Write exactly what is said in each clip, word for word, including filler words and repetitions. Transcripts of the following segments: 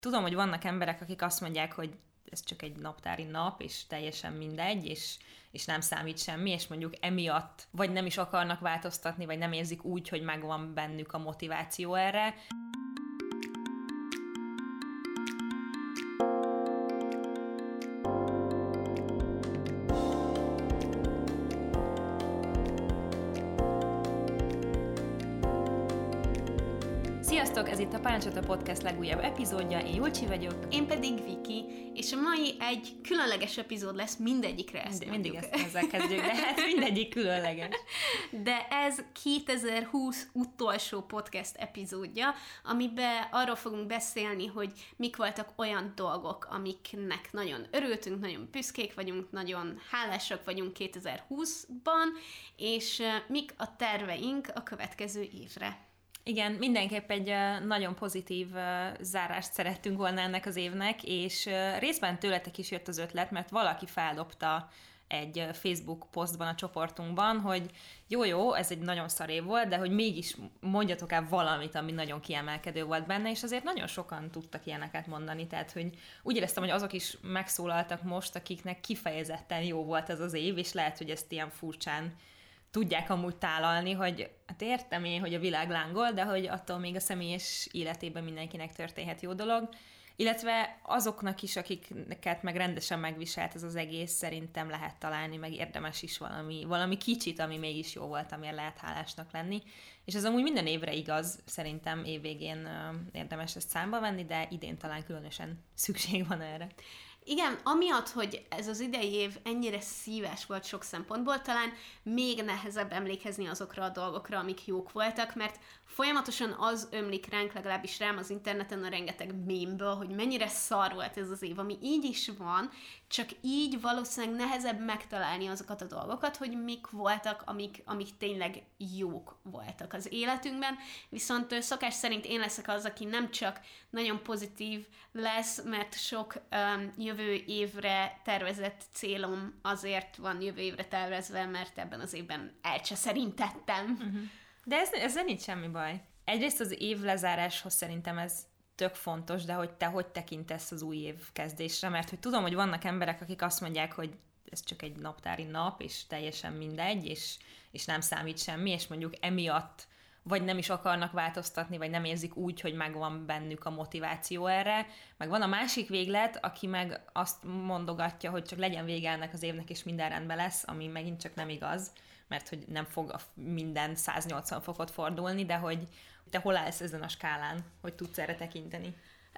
Tudom, hogy vannak emberek, akik azt mondják, hogy ez csak egy naptári nap, és teljesen mindegy, és, és nem számít semmi, és mondjuk emiatt vagy nem is akarnak változtatni, vagy nem érzik úgy, hogy megvan bennük a motiváció erre. Sziasztok, ez itt a Páncsolta Podcast legújabb epizódja, én Julcsi vagyok. Én pedig Viki, és a mai egy különleges epizód lesz, mindegyikre ezt Mindig ezt ezzel kezdjük, de hát mindegyik különleges. De ez kétezer-húsz utolsó podcast epizódja, amiben arról fogunk beszélni, hogy mik voltak olyan dolgok, amiknek nagyon örültünk, nagyon büszkék vagyunk, nagyon hálásak vagyunk kétezer-húszban, és mik a terveink a következő évre. Igen, mindenképp egy nagyon pozitív zárást szerettünk volna ennek az évnek, és részben tőletek is jött az ötlet, mert valaki feldobta egy Facebook posztban a csoportunkban, hogy jó-jó, ez egy nagyon szar év volt, de hogy mégis mondjatok el valamit, ami nagyon kiemelkedő volt benne, és azért nagyon sokan tudtak ilyeneket mondani, tehát hogy úgy éreztem, hogy azok is megszólaltak most, akiknek kifejezetten jó volt ez az év, és lehet, hogy ezt ilyen furcsán tudják amúgy tálalni, hogy hát értem én, hogy a világ lángol, de hogy attól még a személyes életében mindenkinek történhet jó dolog. Illetve azoknak is, akiket meg rendesen megviselt ez az egész, szerintem lehet találni, meg érdemes is valami, valami kicsit, ami mégis jó volt, amire lehet hálásnak lenni. És ez amúgy minden évre igaz, szerintem évvégén érdemes ezt számba venni, de idén talán különösen szükség van erre. Igen, amiatt, hogy ez az idei év ennyire szíves volt sok szempontból, talán még nehezebb emlékezni azokra a dolgokra, amik jók voltak, mert folyamatosan az ömlik ránk, legalábbis rám az interneten a rengeteg mémből, hogy mennyire szar volt ez az év, ami így is van, csak így valószínűleg nehezebb megtalálni azokat a dolgokat, hogy mik voltak, amik, amik tényleg jók voltak az életünkben, viszont szokás szerint én leszek az, aki nem csak nagyon pozitív lesz, mert sok um, jövő évre tervezett célom azért van jövő évre tervezve, mert ebben az évben elcseszerintettem. Uh-huh. De ez, ezzel nincs semmi baj. Egyrészt az év lezáráshoz szerintem ez tök fontos, de hogy te hogy tekintesz az új év kezdésre, mert hogy tudom, hogy vannak emberek, akik azt mondják, hogy ez csak egy naptári nap, és teljesen mindegy, és, és nem számít semmi, és mondjuk emiatt vagy nem is akarnak változtatni, vagy nem érzik úgy, hogy megvan bennük a motiváció erre. Meg van a másik véglet, aki meg azt mondogatja, hogy csak legyen vége ennek az évnek, és minden rendben lesz, ami megint csak nem igaz, mert hogy nem fog minden száznyolcvan fokot fordulni, de hogy te hol állsz ezen a skálán, hogy tudsz erre tekinteni?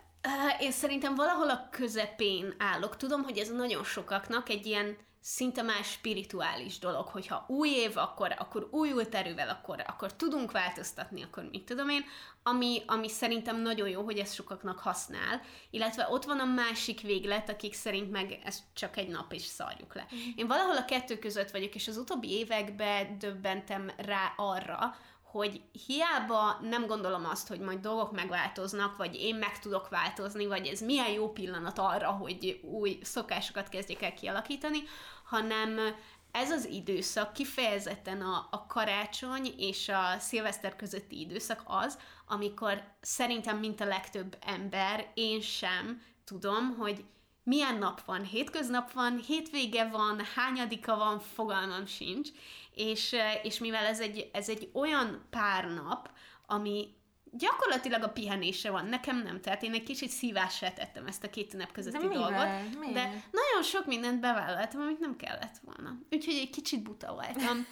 Én szerintem valahol a közepén állok. Tudom, hogy ez nagyon sokaknak egy ilyen szinte más spirituális dolog, hogyha új év, akkor, akkor újult erővel, akkor, akkor tudunk változtatni, akkor mit tudom én, ami, ami szerintem nagyon jó, hogy ez sokaknak használ, illetve ott van a másik véglet, akik szerint meg ez csak egy nap, és szarjuk le. Mm. Én valahol a kettő között vagyok, és az utóbbi években döbbentem rá arra, hogy hiába nem gondolom azt, hogy majd dolgok megváltoznak, vagy én meg tudok változni, vagy ez milyen jó pillanat arra, hogy új szokásokat kezdjek el kialakítani, hanem ez az időszak kifejezetten a, a karácsony és a szilveszter közötti időszak az, amikor szerintem, mint a legtöbb ember, én sem tudom, hogy milyen nap van, hétköznap van, hétvége van, hányadika van, fogalmam sincs, és, és mivel ez egy, ez egy olyan pár nap, ami gyakorlatilag a pihenésre van, nekem nem, tehát én egy kicsit szívásra tettem ezt a két ünnep közötti de dolgot, Mivel? de nagyon sok mindent bevállaltam, amit nem kellett volna. Úgyhogy egy kicsit buta voltam,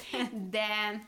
de,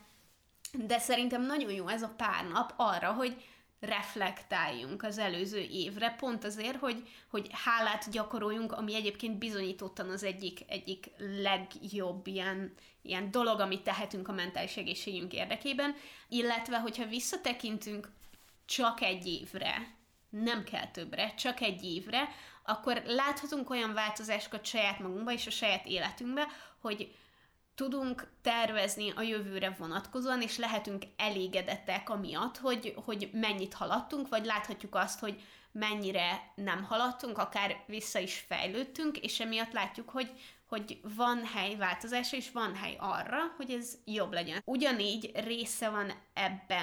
de szerintem nagyon jó ez a pár nap arra, hogy reflektáljunk az előző évre, pont azért, hogy, hogy hálát gyakoroljunk, ami egyébként bizonyítottan az egyik, egyik legjobb ilyen, ilyen dolog, amit tehetünk a mentális egészségünk érdekében, illetve, hogyha visszatekintünk csak egy évre, nem kell többre, csak egy évre, akkor láthatunk olyan változásokat saját magunkba és a saját életünkbe, hogy tudunk tervezni a jövőre vonatkozóan, és lehetünk elégedettek amiatt, hogy, hogy mennyit haladtunk, vagy láthatjuk azt, hogy mennyire nem haladtunk, akár vissza is fejlődtünk, és emiatt látjuk, hogy, hogy van hely változásra, és van hely arra, hogy ez jobb legyen. Ugyanígy része van ebben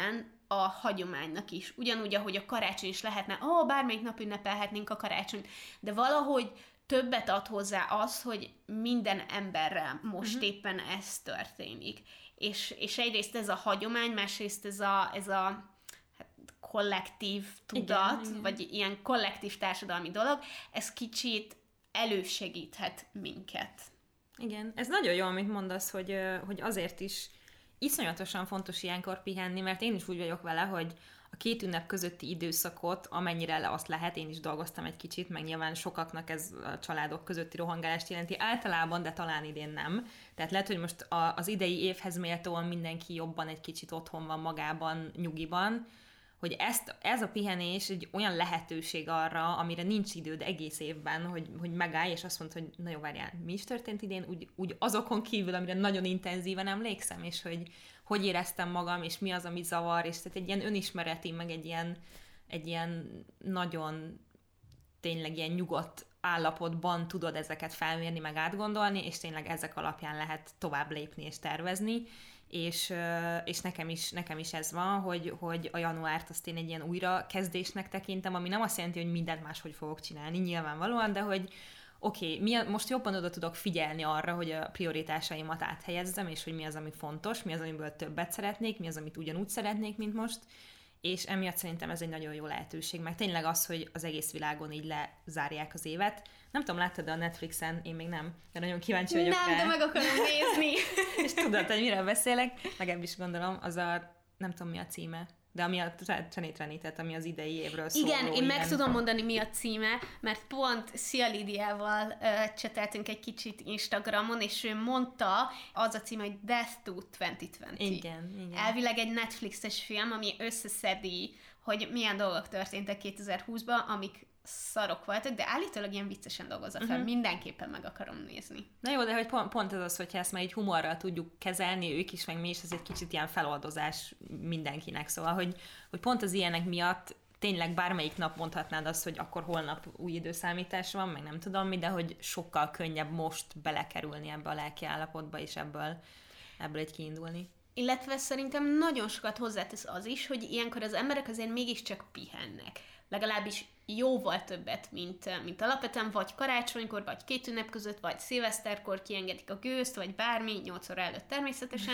a hagyománynak is. Ugyanúgy, ahogy a karácsony is lehetne, ó, oh, bármelyik nap ünnepelhetnénk a karácsonyt, de valahogy többet ad hozzá az, hogy minden emberrel most uh-huh. éppen ez történik. És, és egyrészt ez a hagyomány, másrészt ez a, ez a hát, kollektív tudat, igen, igen. vagy ilyen kollektív társadalmi dolog, ez kicsit elősegíthet minket. Igen, ez nagyon jó, amit mondasz, hogy, hogy azért is iszonyatosan fontos ilyenkor pihenni, mert én is úgy vagyok vele, hogy a két ünnep közötti időszakot, amennyire le azt lehet, én is dolgoztam egy kicsit, meg nyilván sokaknak ez a családok közötti rohangálást jelenti általában, de talán idén nem. Tehát lehet, hogy most a, az idei évhez méltóan mindenki jobban egy kicsit otthon van magában, nyugiban, hogy ezt, ez a pihenés egy olyan lehetőség arra, amire nincs időd egész évben, hogy, hogy megállj, és azt mondod, hogy na jó, várjál, mi is történt idén, úgy, úgy azokon kívül, amire nagyon intenzíven emlékszem, és hogy hogy éreztem magam, és mi az, ami zavar, és tehát egy ilyen önismereti, meg egy ilyen, egy ilyen nagyon tényleg ilyen nyugodt állapotban tudod ezeket felmérni, meg átgondolni, és tényleg ezek alapján lehet tovább lépni és tervezni, és, és nekem, is, nekem is ez van, hogy, hogy a januárt azt én egy ilyen újrakezdésnek tekintem, ami nem azt jelenti, hogy mindent máshogy fogok csinálni, nyilvánvalóan, de hogy oké, okay, most jobban oda tudok figyelni arra, hogy a prioritásaimat áthelyezzem, és hogy mi az, ami fontos, mi az, amiből többet szeretnék, mi az, amit ugyanúgy szeretnék, mint most, és emiatt szerintem ez egy nagyon jó lehetőség, meg tényleg az, hogy az egész világon így lezárják az évet. Nem tudom, láttad a Netflixen, én még nem, de nagyon kíváncsi vagyok nem, rá. Nem, de meg akarom nézni. És tudod, hogy miről beszélek, meg ebből is gondolom, az a, nem tudom mi a címe, de ami a Csenét tehát ami az idei évről szóló. Igen, én ilyen... meg tudom mondani, mi a címe, mert pont Szia Lidiával uh, cseteltünk egy kicsit Instagramon, és ő mondta, az a címe, hogy Death to kétezer-húsz. Igen, igen. Elvileg egy Netflixes film, ami összeszedi, hogy milyen dolgok történtek kétezer-húszban, amik szarok voltak, de állítólag ilyen viccesen dolgozza fel. Uh-huh. Mindenképpen meg akarom nézni. Na jó, de hogy pont, pont ez az, hogyha ezt már így humorral tudjuk kezelni, ők is, meg mi is, ez egy kicsit ilyen feloldozás mindenkinek. Szóval, hogy, hogy pont az ilyenek miatt tényleg bármelyik nap mondhatnád azt, hogy akkor holnap új időszámítás van, meg nem tudom mi, de hogy sokkal könnyebb most belekerülni ebbe a lelki állapotba, és ebből, ebből egy kiindulni. Illetve szerintem nagyon sokat hozzátesz az is, hogy ilyenkor az emberek azért mégiscsak pihennek. Legalábbis jóval többet, mint, mint alapvetően, vagy karácsonykor, vagy két ünnep között, vagy szilveszterkor kiengedik a gőzt, vagy bármi, nyolc óra előtt természetesen.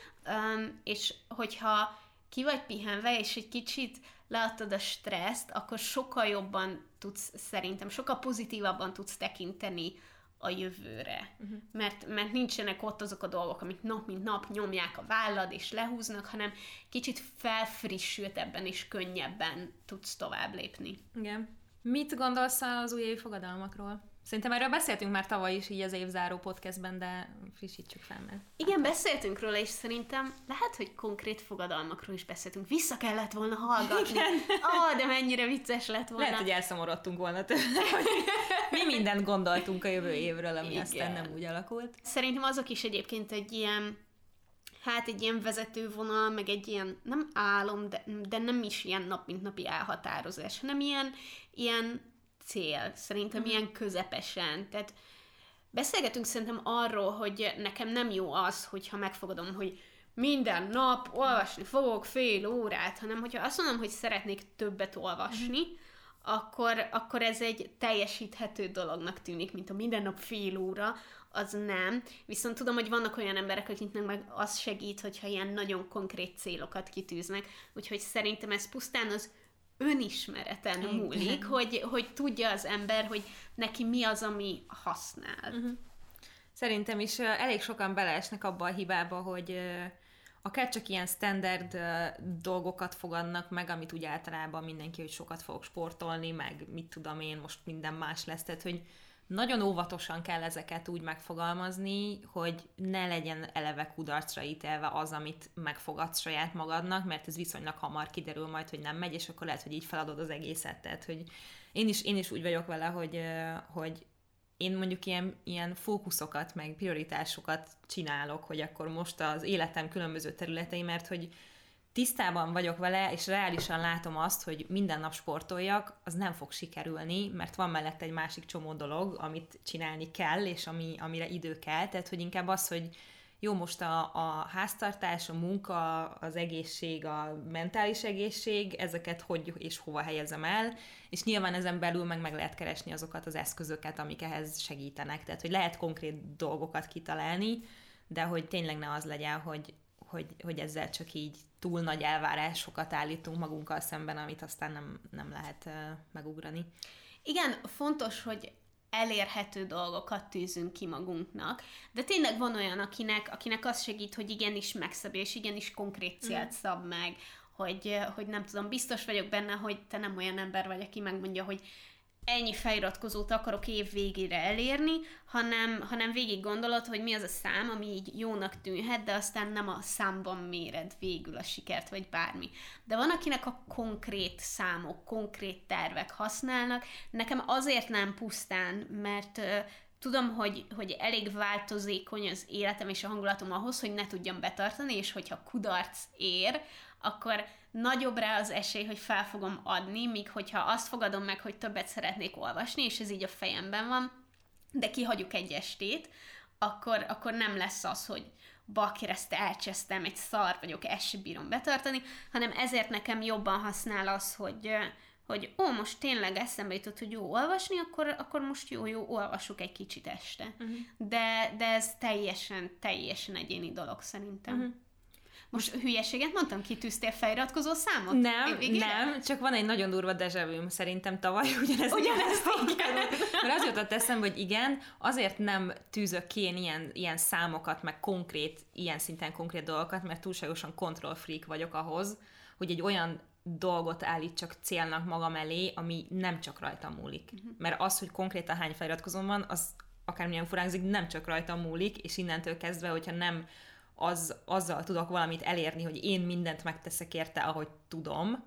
um, és hogyha ki vagy pihenve, és egy kicsit leadtad a stresszt, akkor sokkal jobban tudsz, szerintem, sokkal pozitívabban tudsz tekinteni a jövőre. Uh-huh. Mert, mert nincsenek ott azok a dolgok, amik nap mint nap nyomják a vállad és lehúznak, hanem kicsit felfrissültebben és könnyebben tudsz tovább lépni. Igen. Mit gondolsz az újévi fogadalmakról? Szerintem erről beszéltünk már tavaly is így az évzáró podcastben, de frissítsük fel meg. Igen, beszéltünk róla, és szerintem lehet, hogy konkrét fogadalmakról is beszéltünk. Vissza kellett volna hallgatni. Igen. Ó, de mennyire vicces lett volna. Lehet, hogy elszomorodtunk volna tőle, hogy mi mindent gondoltunk a jövő évről, ami igen. aztán nem úgy alakult. Szerintem azok is egyébként egy ilyen, hát egy ilyen vezetővonal, meg egy ilyen, nem álom, de, de nem is ilyen nap mint napi elhatározás, hanem ilyen, ilyen cél, szerintem mm. ilyen közepesen. Tehát beszélgetünk szerintem arról, hogy nekem nem jó az, hogyha megfogadom, hogy minden nap olvasni fogok fél órát, hanem hogyha azt mondom, hogy szeretnék többet olvasni, mm. akkor, akkor ez egy teljesíthető dolognak tűnik, mint a minden nap fél óra, az nem. Viszont tudom, hogy vannak olyan emberek, akiknek meg az segít, hogyha ilyen nagyon konkrét célokat kitűznek. Úgyhogy szerintem ez pusztán az önismereten múlik, hogy, hogy tudja az ember, hogy neki mi az, ami használ. Uh-huh. Szerintem is uh, elég sokan beleesnek abba a hibába, hogy uh, akár csak ilyen standard uh, dolgokat fogadnak meg, amit úgy általában mindenki, hogy sokat fogok sportolni, meg mit tudom én, most minden más lesz, tehát hogy nagyon óvatosan kell ezeket úgy megfogalmazni, hogy ne legyen eleve kudarcra ítélve az, amit megfogadsz saját magadnak, mert ez viszonylag hamar kiderül majd, hogy nem megy, és akkor lehet, hogy így feladod az egészet. Tehát, hogy én is, én is úgy vagyok vele, hogy, hogy én mondjuk ilyen, ilyen fókuszokat, meg prioritásokat csinálok, hogy akkor most az életem különböző területei, mert hogy tisztában vagyok vele, és reálisan látom azt, hogy minden nap sportoljak, az nem fog sikerülni, mert van mellett egy másik csomó dolog, amit csinálni kell, és ami, amire idő kell, tehát hogy inkább az, hogy jó, most a, a háztartás, a munka, az egészség, a mentális egészség, ezeket hogy és hova helyezem el, és nyilván ezen belül meg meg lehet keresni azokat az eszközöket, amik ehhez segítenek. Tehát, hogy lehet konkrét dolgokat kitalálni, de hogy tényleg ne az legyen, hogy, hogy, hogy ezzel csak így túl nagy elvárásokat állítunk magunkkal szemben, amit aztán nem, nem lehet uh, megugrani. Igen, fontos, hogy elérhető dolgokat tűzünk ki magunknak, de tényleg van olyan, akinek, akinek az segít, hogy igenis megszab, és igenis konkrét célt mm. szab meg, hogy, hogy nem tudom, biztos vagyok benne, hogy te nem olyan ember vagy, aki megmondja, hogy ennyi feliratkozót akarok év végére elérni, hanem, hanem végig gondolod, hogy mi az a szám, ami így jónak tűnhet, de aztán nem a számban méred végül a sikert, vagy bármi. De van, akinek a konkrét számok, konkrét tervek használnak. Nekem azért nem pusztán, mert uh, tudom, hogy, hogy elég változékony az életem és a hangulatom ahhoz, hogy ne tudjam betartani, és hogyha kudarc ér, akkor nagyobb rá az esély, hogy fel fogom adni, míg hogyha azt fogadom meg, hogy többet szeretnék olvasni, és ez így a fejemben van, de kihagyjuk egy estét, akkor, akkor nem lesz az, hogy bakker, ezt elcsesztem, egy szar vagyok, ezt sem bírom betartani, hanem ezért nekem jobban használ az, hogy, hogy ó, most tényleg eszembe jutott, hogy jó olvasni, akkor, akkor most jó, jó, olvasok egy kicsit este. Uh-huh. De, de ez teljesen, teljesen egyéni dolog szerintem. Uh-huh. Most hülyeséget mondtam, kitűztél feliratkozó számot? Nem, nem, csak van egy nagyon durva dejavüm, szerintem tavaly ugyanezt, ugyanezt igen. Mert az jutott eszembe, hogy igen, azért nem tűzök ki én ilyen, ilyen számokat, meg konkrét, ilyen szinten konkrét dolgokat, mert túlságosan control freak vagyok ahhoz, hogy egy olyan dolgot állítsak célnak magam elé, ami nem csak rajtam múlik. Uh-huh. Mert az, hogy konkrétan hány feliratkozóm van, az akármilyen furánzik, nem csak rajtam múlik, és innentől kezdve, hogyha nem Az, azzal tudok valamit elérni, hogy én mindent megteszek érte, ahogy tudom,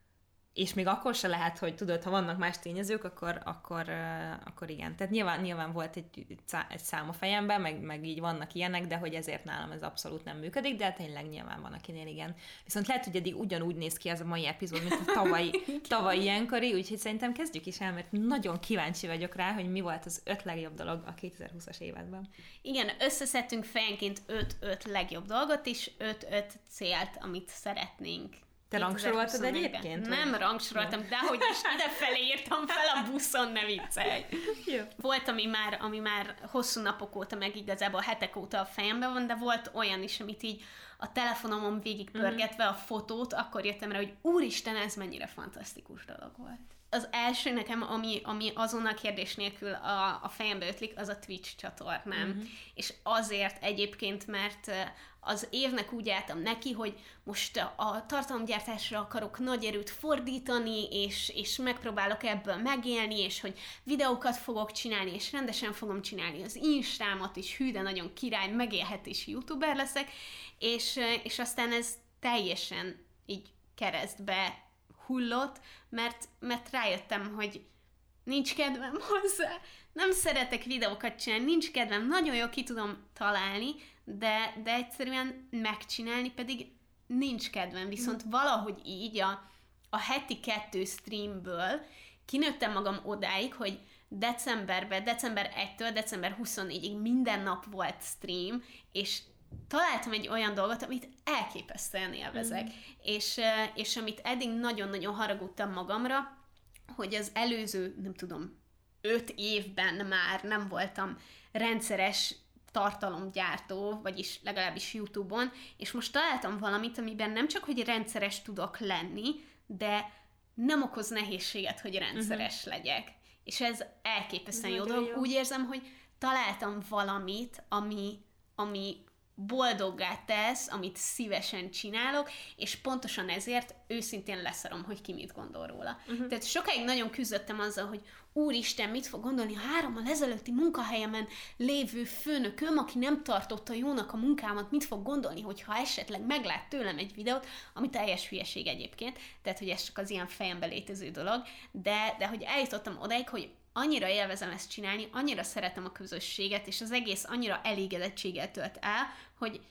és még akkor se lehet, hogy tudod, ha vannak más tényezők, akkor, akkor, uh, akkor igen. Tehát nyilván, nyilván volt egy, egy szám a fejemben, meg, meg így vannak ilyenek, de hogy ezért nálam ez abszolút nem működik, de tényleg nyilván van, akinél igen. Viszont lehet, hogy eddig ugyanúgy néz ki ez a mai epizód, mint a tavalyi, tavalyi ilyenkori, úgyhogy szerintem kezdjük is el, mert nagyon kíváncsi vagyok rá, hogy mi volt az öt legjobb dolog a kétezer-húszas évadban. Igen, összeszedtünk fejenként öt-öt legjobb dolgot, és öt-öt célt, amit szeretnénk. Te rangsoroltad egyébként? Nem rangsoroltam, de hogy is idefelé írtam fel a buszon, ne viccelj. Jó. Volt, ami már, ami már hosszú napok óta, meg igazából hetek óta a fejemben van, de volt olyan is, amit így a telefonomon végig pörgetve a fotót, akkor jöttem rá, hogy úristen, ez mennyire fantasztikus dolog volt. Az első nekem, ami, ami azon a kérdés nélkül a, a fejembe ötlik, az a Twitch csatornám. Mm-hmm. És azért egyébként, mert az évnek úgy álltam neki, hogy most a tartalomgyártásra akarok nagy erőt fordítani, és, és megpróbálok ebből megélni, és hogy videókat fogok csinálni, és rendesen fogom csinálni az Instámat is, hű, de nagyon király, megélhetési youtuber leszek, és, és aztán ez teljesen így keresztbe hullott, mert, mert rájöttem, hogy nincs kedvem hozzá, nem szeretek videókat csinálni, nincs kedvem, nagyon jól ki tudom találni, de, de egyszerűen megcsinálni pedig nincs kedvem, viszont valahogy így a, a heti kettő streamből kinőttem magam odáig, hogy decemberben, december elsejétől december huszonnégyig minden nap volt stream, és találtam egy olyan dolgot, amit elképesztően élvezek, mm. és, és amit eddig nagyon-nagyon haragudtam magamra, hogy az előző, nem tudom, öt évben már nem voltam rendszeres tartalomgyártó, vagyis legalábbis YouTube-on, és most találtam valamit, amiben nem csak, hogy rendszeres tudok lenni, de nem okoz nehézséget, hogy rendszeres uh-huh. legyek. És ez elképesztően jó dolog. Jó. Úgy érzem, hogy találtam valamit, ami, ami boldoggá tesz, amit szívesen csinálok, és pontosan ezért őszintén leszarom, hogy ki mit gondol róla. Uh-huh. Tehát sokáig nagyon küzdöttem azzal, hogy úristen, mit fog gondolni a hárommal ezelőtti munkahelyemen lévő főnököm, aki nem tartotta jónak a munkámat, mit fog gondolni, hogyha esetleg meglát tőlem egy videót, ami teljes hülyeség egyébként, tehát hogy ez csak az ilyen fejembe létező dolog, de, de hogy eljutottam odáig, hogy annyira élvezem ezt csinálni, annyira szeretem a közösséget, és az egész annyira elégedettséggel tölt el, hogy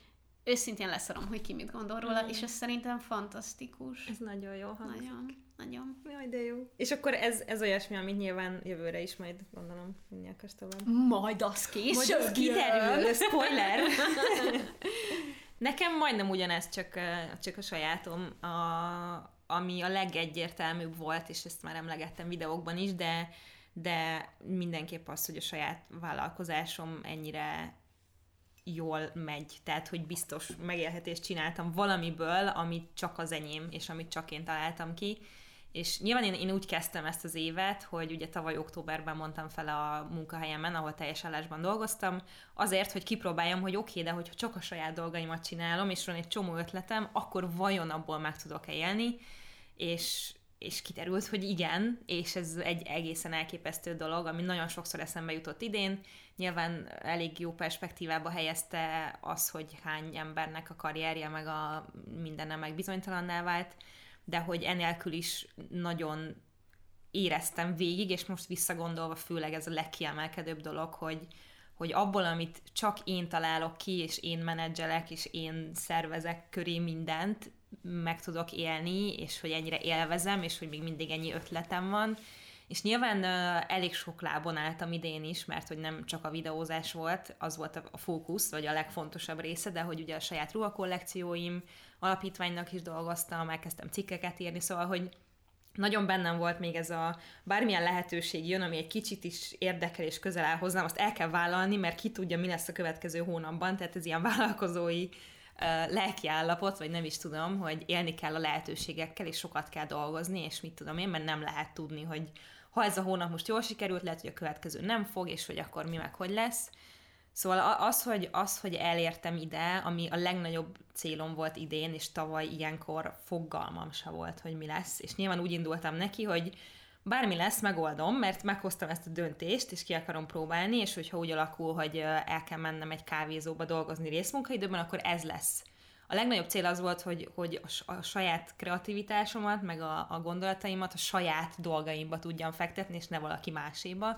őszintén leszarom, hogy ki mit gondol róla, mm. és ez szerintem fantasztikus. Ez nagyon jó hangzik. Nagyon, nagyon. Jaj, de jó. És akkor ez, ez olyasmi, amit nyilván jövőre is majd gondolom, vinni akarsz tovább. Majd az később. Majd az kiderül, spoiler! Nekem majdnem ugyanez, csak, csak a sajátom, a, ami a legegyértelműbb volt, és ezt már emlegettem videókban is, de, de mindenképp az, hogy a saját vállalkozásom ennyire jól megy. Tehát, hogy biztos megélhetést csináltam valamiből, amit csak az enyém, és amit csak én találtam ki. És nyilván én, én úgy kezdtem ezt az évet, hogy ugye tavaly októberben mondtam fel a munkahelyemen, ahol teljes állásban dolgoztam, azért, hogy kipróbáljam, hogy oké, okay, de hogyha csak a saját dolgaimat csinálom, és van egy csomó ötletem, akkor vajon abból meg tudok-e élni, és, és kiderült, hogy igen, és ez egy egészen elképesztő dolog, ami nagyon sokszor eszembe jutott idén. Nyilván elég jó perspektívába helyezte az, hogy hány embernek a karrierje meg a mindenne meg bizonytalanná vált, de hogy enélkül is nagyon éreztem végig, és most visszagondolva főleg ez a legkiemelkedőbb dolog, hogy, hogy abból, amit csak én találok ki, és én menedzselek, és én szervezek köré mindent, meg tudok élni, és hogy ennyire élvezem, és hogy még mindig ennyi ötletem van. És nyilván uh, elég sok lábon álltam idén is, mert hogy nem csak a videózás volt, az volt a, a fókusz, vagy a legfontosabb része, de hogy ugye a saját ruhakollekcióim, alapítványnak is dolgoztam, elkezdtem cikkeket írni, szóval, hogy nagyon bennem volt még ez a bármilyen lehetőség jön, ami egy kicsit is érdekel és közel áll hozzám, azt el kell vállalni, mert ki tudja, mi lesz a következő hónapban, tehát ez ilyen vállalkozói uh, lelki állapot, vagy nem is tudom, hogy élni kell a lehetőségekkel, és sokat kell dolgozni, és mit tudom én, mert nem lehet tudni, hogy ha ez a hónap most jól sikerült, lehet, hogy a következő nem fog, és hogy akkor mi meg hogy lesz. Szóval az, hogy, az, hogy elértem ide, ami a legnagyobb célom volt idén, és tavaly ilyenkor fogalmam se volt, hogy mi lesz. És nyilván úgy indultam neki, hogy bármi lesz, megoldom, mert meghoztam ezt a döntést, és ki akarom próbálni, és hogyha úgy alakul, hogy el kell mennem egy kávézóba dolgozni részmunkaidőben, akkor ez lesz. A legnagyobb cél az volt, hogy, hogy a saját kreativitásomat, meg a, a gondolataimat a saját dolgaimba tudjam fektetni, és ne valaki máséba.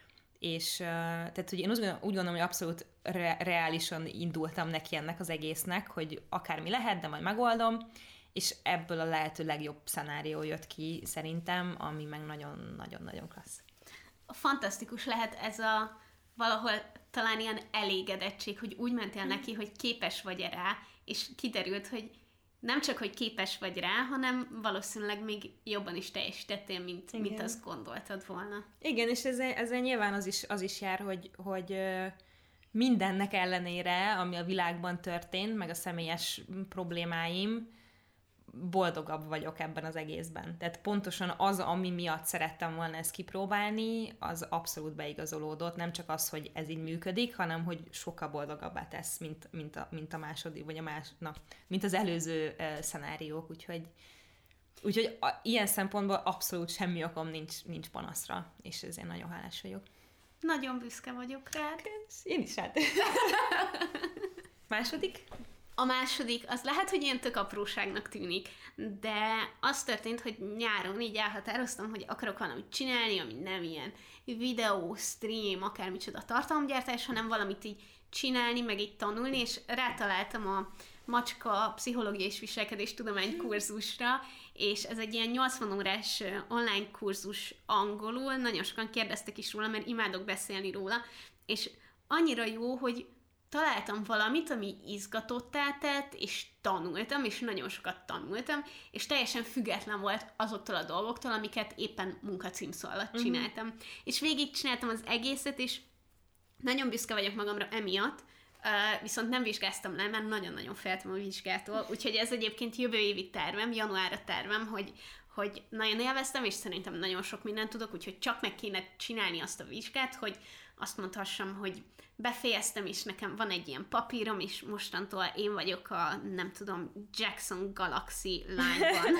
És uh, tehát, hogy én úgy, úgy gondolom, hogy abszolút re- reálisan indultam neki ennek az egésznek, hogy akármi lehet, de majd megoldom, és ebből a lehető legjobb szenárió jött ki szerintem, ami meg nagyon-nagyon-nagyon klassz. Fantasztikus lehet ez a valahol talán ilyen elégedettség, hogy úgy mentél hmm. neki, hogy képes vagy rá, és kiderült, hogy nem csak, hogy képes vagy rá, hanem valószínűleg még jobban is teljesítettél, mint, mint azt gondoltad volna. Igen, és ezzel, ezzel nyilván az is, az is jár, hogy, hogy mindennek ellenére, ami a világban történt, meg a személyes problémáim, boldogabb vagyok ebben az egészben. Tehát pontosan az, ami miatt szerettem volna ezt kipróbálni, az abszolút beigazolódott. Nem csak az, hogy ez így működik, hanem hogy sokkal boldogabbá tesz, mint, mint, a, mint a második, vagy a más, na, mint az előző uh, szenáriók. Úgyhogy, úgyhogy a, ilyen szempontból abszolút semmi okom nincs, nincs panaszra, és ezért nagyon hálás vagyok. Nagyon büszke vagyok rád. Én is hát. Második? A második, az lehet, hogy ilyen tök apróságnak tűnik, de az történt, hogy nyáron így elhatároztam, hogy akarok valamit csinálni, ami nem ilyen videó, stream, akármicsoda tartalomgyártás, hanem valamit így csinálni, meg így tanulni, és rátaláltam a Macska Pszichológia és Viselkedés Tudomány kurzusra, és ez egy ilyen nyolcvan órás online kurzus angolul, nagyon sokan kérdeztek is róla, mert imádok beszélni róla, és annyira jó, hogy találtam valamit, ami izgatottá tett, és tanultam, és nagyon sokat tanultam, és teljesen független volt azoktól a dolgoktól, amiket éppen munkacímszó alatt uh-huh. csináltam. És végig csináltam az egészet, és nagyon büszke vagyok magamra emiatt, uh, viszont nem vizsgáztam le, mert nagyon-nagyon féltem a vizsgától, úgyhogy ez egyébként jövő évi tervem, januárra tervem, hogy, hogy nagyon élveztem, és szerintem nagyon sok mindent tudok, úgyhogy csak meg kéne csinálni azt a vizsgát, hogy azt mondhassam, hogy befejeztem, és nekem van egy ilyen papírom, és mostantól én vagyok a, nem tudom, Jackson Galaxy lányban.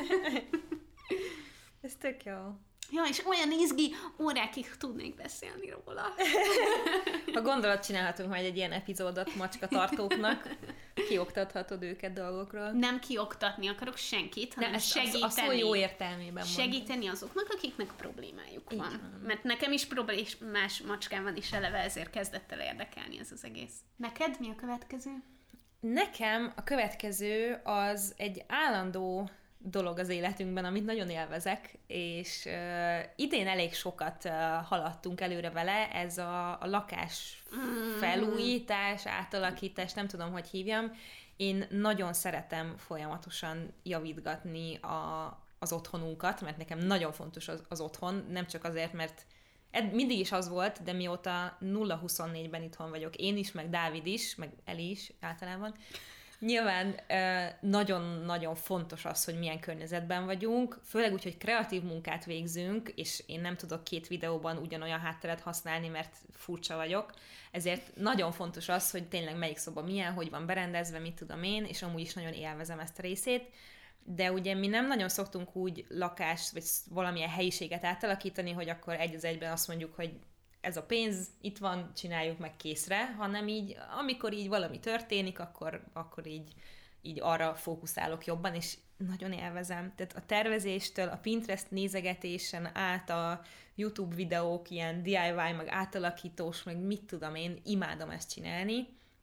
Ez tök jó. Ja, és olyan izgi, órákig tudnék beszélni róla. Ha gondolat, csinálhatunk majd egy ilyen epizódot macska tartóknak, kioktathatod őket dolgokról. Nem kioktatni akarok senkit, hanem de segíteni. A szó jó értelmében segíteni mondom. Azoknak, akiknek problémájuk van. Igen. Mert nekem is problémás macskám van is eleve, ezért kezdett el érdekelni ez az egész. Neked mi a következő? Nekem a következő az egy állandó dolog az életünkben, amit nagyon élvezek, és uh, idén elég sokat uh, haladtunk előre vele, ez a, a lakás felújítás, átalakítás, nem tudom, hogy hívjam. Én nagyon szeretem folyamatosan javítgatni a, az otthonunkat, mert nekem nagyon fontos az, az otthon, nem csak azért, mert ed, mindig is az volt, de mióta nulla huszonnégyben itthon vagyok, én is, meg Dávid is, meg Eli is általában, nyilván nagyon-nagyon fontos az, hogy milyen környezetben vagyunk, főleg úgy, hogy kreatív munkát végzünk, és én nem tudok két videóban ugyanolyan hátteret használni, mert furcsa vagyok, ezért nagyon fontos az, hogy tényleg melyik szoba milyen, hogy van berendezve, mit tudom én, és amúgy is nagyon élvezem ezt a részét, de ugye mi nem nagyon szoktunk úgy lakást, vagy valamilyen helyiséget átalakítani, hogy akkor egy az egyben azt mondjuk, hogy ez a pénz, itt van, csináljuk meg készre, hanem így, amikor így valami történik, akkor, akkor így, így arra fókuszálok jobban, és nagyon élvezem. Tehát a tervezéstől, a Pinterest nézegetésen át a YouTube videók, ilyen dé i vaj, meg átalakítós, meg mit tudom én, imádom ezt csinálni,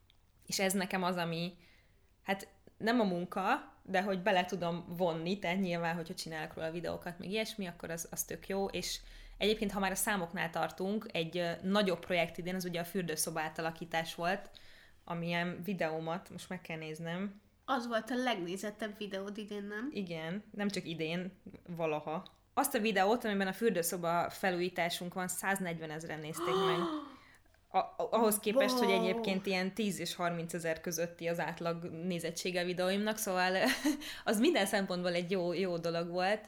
és ez nekem az, ami, hát nem a munka, de hogy bele tudom vonni, tehát nyilván, hogyha csinálok róla videókat, meg ilyesmi, akkor az, az tök jó, és egyébként, ha már a számoknál tartunk, egy uh, nagyobb projekt idén, az ugye a fürdőszoba átalakítás volt, amilyen videómat, most meg kell néznem. Az volt a legnézettebb videód idén, nem? Igen, nem csak idén, valaha. Azt a videót, amiben a fürdőszoba felújításunk van, száznegyven ezeren nézték meg. A- ahhoz képest, wow. hogy egyébként ilyen tíz és harminc ezer közötti az átlag nézettsége a videóimnak, szóval az minden szempontból egy jó, jó dolog volt.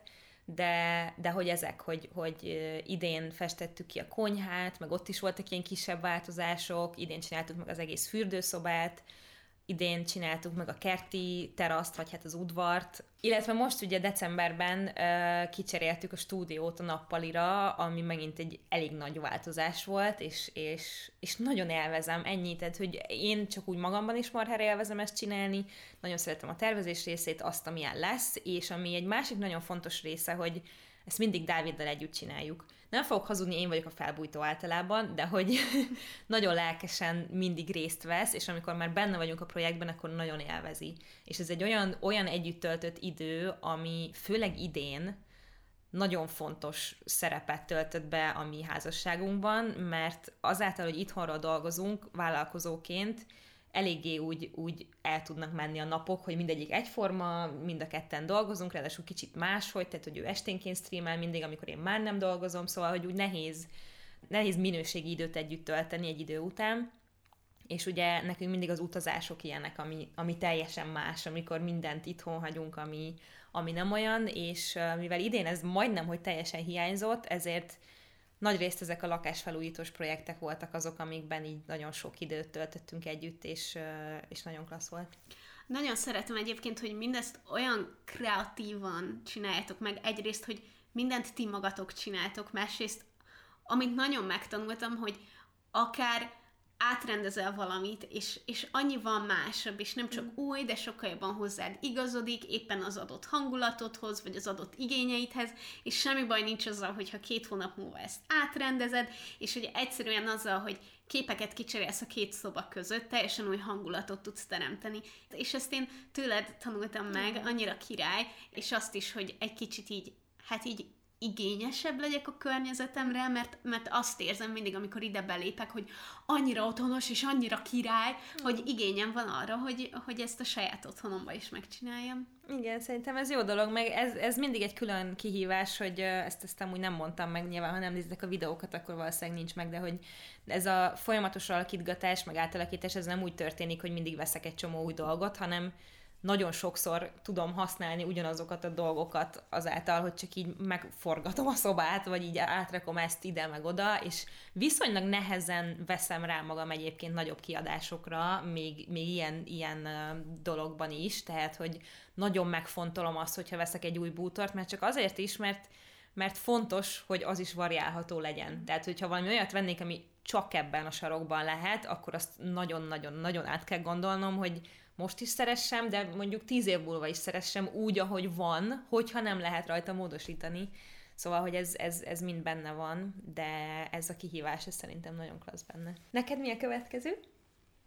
De, de hogy ezek, hogy, hogy idén festettük ki a konyhát, meg ott is voltak ilyen kisebb változások, idén csináltuk meg az egész fürdőszobát, idén csináltuk meg a kerti teraszt, vagy hát az udvart, illetve most ugye decemberben uh, kicseréltük a stúdiót a nappalira, ami megint egy elég nagy változás volt, és, és, és nagyon élvezem ennyi, tehát hogy én csak úgy magamban is marhára élvezem ezt csinálni, nagyon szeretem a tervezés részét, azt, amilyen lesz, és ami egy másik nagyon fontos része, hogy ezt mindig Dáviddal együtt csináljuk. Nem fogok hazudni, én vagyok a felbújtó általában, de hogy nagyon lelkesen mindig részt vesz, és amikor már benne vagyunk a projektben, akkor nagyon élvezi. És ez egy olyan, olyan együtt töltött idő, ami főleg idén nagyon fontos szerepet töltött be a mi házasságunkban, mert azáltal, hogy itthonról dolgozunk vállalkozóként, eléggé úgy, úgy el tudnak menni a napok, hogy mindegyik egyforma, mind a ketten dolgozunk, ráadásul kicsit máshogy, tehát hogy ő esténként streamel mindig, amikor én már nem dolgozom, szóval, hogy úgy nehéz, nehéz minőségi időt együtt tölteni egy idő után, és ugye nekünk mindig az utazások ilyenek, ami, ami teljesen más, amikor mindent itthon hagyunk, ami, ami nem olyan, és mivel idén ez majdnem, hogy teljesen hiányzott, ezért nagyrészt ezek a lakásfelújítós projektek voltak azok, amikben így nagyon sok időt töltöttünk együtt, és, és nagyon klassz volt. Nagyon szeretem egyébként, hogy mindezt olyan kreatívan csináljátok meg. Egyrészt, hogy mindent ti magatok csináltok, másrészt, amit nagyon megtanultam, hogy akár átrendezel valamit, és, és annyi van másabb, és nem csak mm. új, de sokkal jobban hozzád igazodik, éppen az adott hangulatodhoz, vagy az adott igényeidhez, és semmi baj nincs azzal, hogyha két hónap múlva ezt átrendezed, és hogy egyszerűen azzal, hogy képeket kicserélsz a két szoba között, teljesen új hangulatot tudsz teremteni. És ezt én tőled tanultam meg, annyira király, és azt is, hogy egy kicsit így, hát így igényesebb legyek a környezetemre, mert, mert azt érzem mindig, amikor ide belépek, hogy annyira otthonos és annyira király, mm. hogy igényem van arra, hogy, hogy ezt a saját otthonomba is megcsináljam. Igen, szerintem ez jó dolog, meg ez, ez mindig egy külön kihívás, hogy ezt, ezt amúgy nem mondtam meg, nyilván, ha nem nézitek a videókat, akkor valószínűleg nincs meg, de hogy ez a folyamatos alakítgatás, meg átalakítás, ez nem úgy történik, hogy mindig veszek egy csomó új dolgot, hanem nagyon sokszor tudom használni ugyanazokat a dolgokat azáltal, hogy csak így megforgatom a szobát, vagy így átrakom ezt ide meg oda, és viszonylag nehezen veszem rá magam egyébként nagyobb kiadásokra, még, még ilyen, ilyen dologban is, tehát, hogy nagyon megfontolom azt, hogyha veszek egy új bútort, mert csak azért is, mert, mert fontos, hogy az is variálható legyen. Tehát, hogyha valami olyat vennék, ami csak ebben a sarokban lehet, akkor azt nagyon-nagyon-nagyon át kell gondolnom, hogy most is szeressem, de mondjuk tíz év múlva is szeressem úgy, ahogy van, hogyha nem lehet rajta módosítani. Szóval, hogy ez, ez, ez mind benne van, de ez a kihívás, ez szerintem nagyon klassz benne. Neked mi a következő?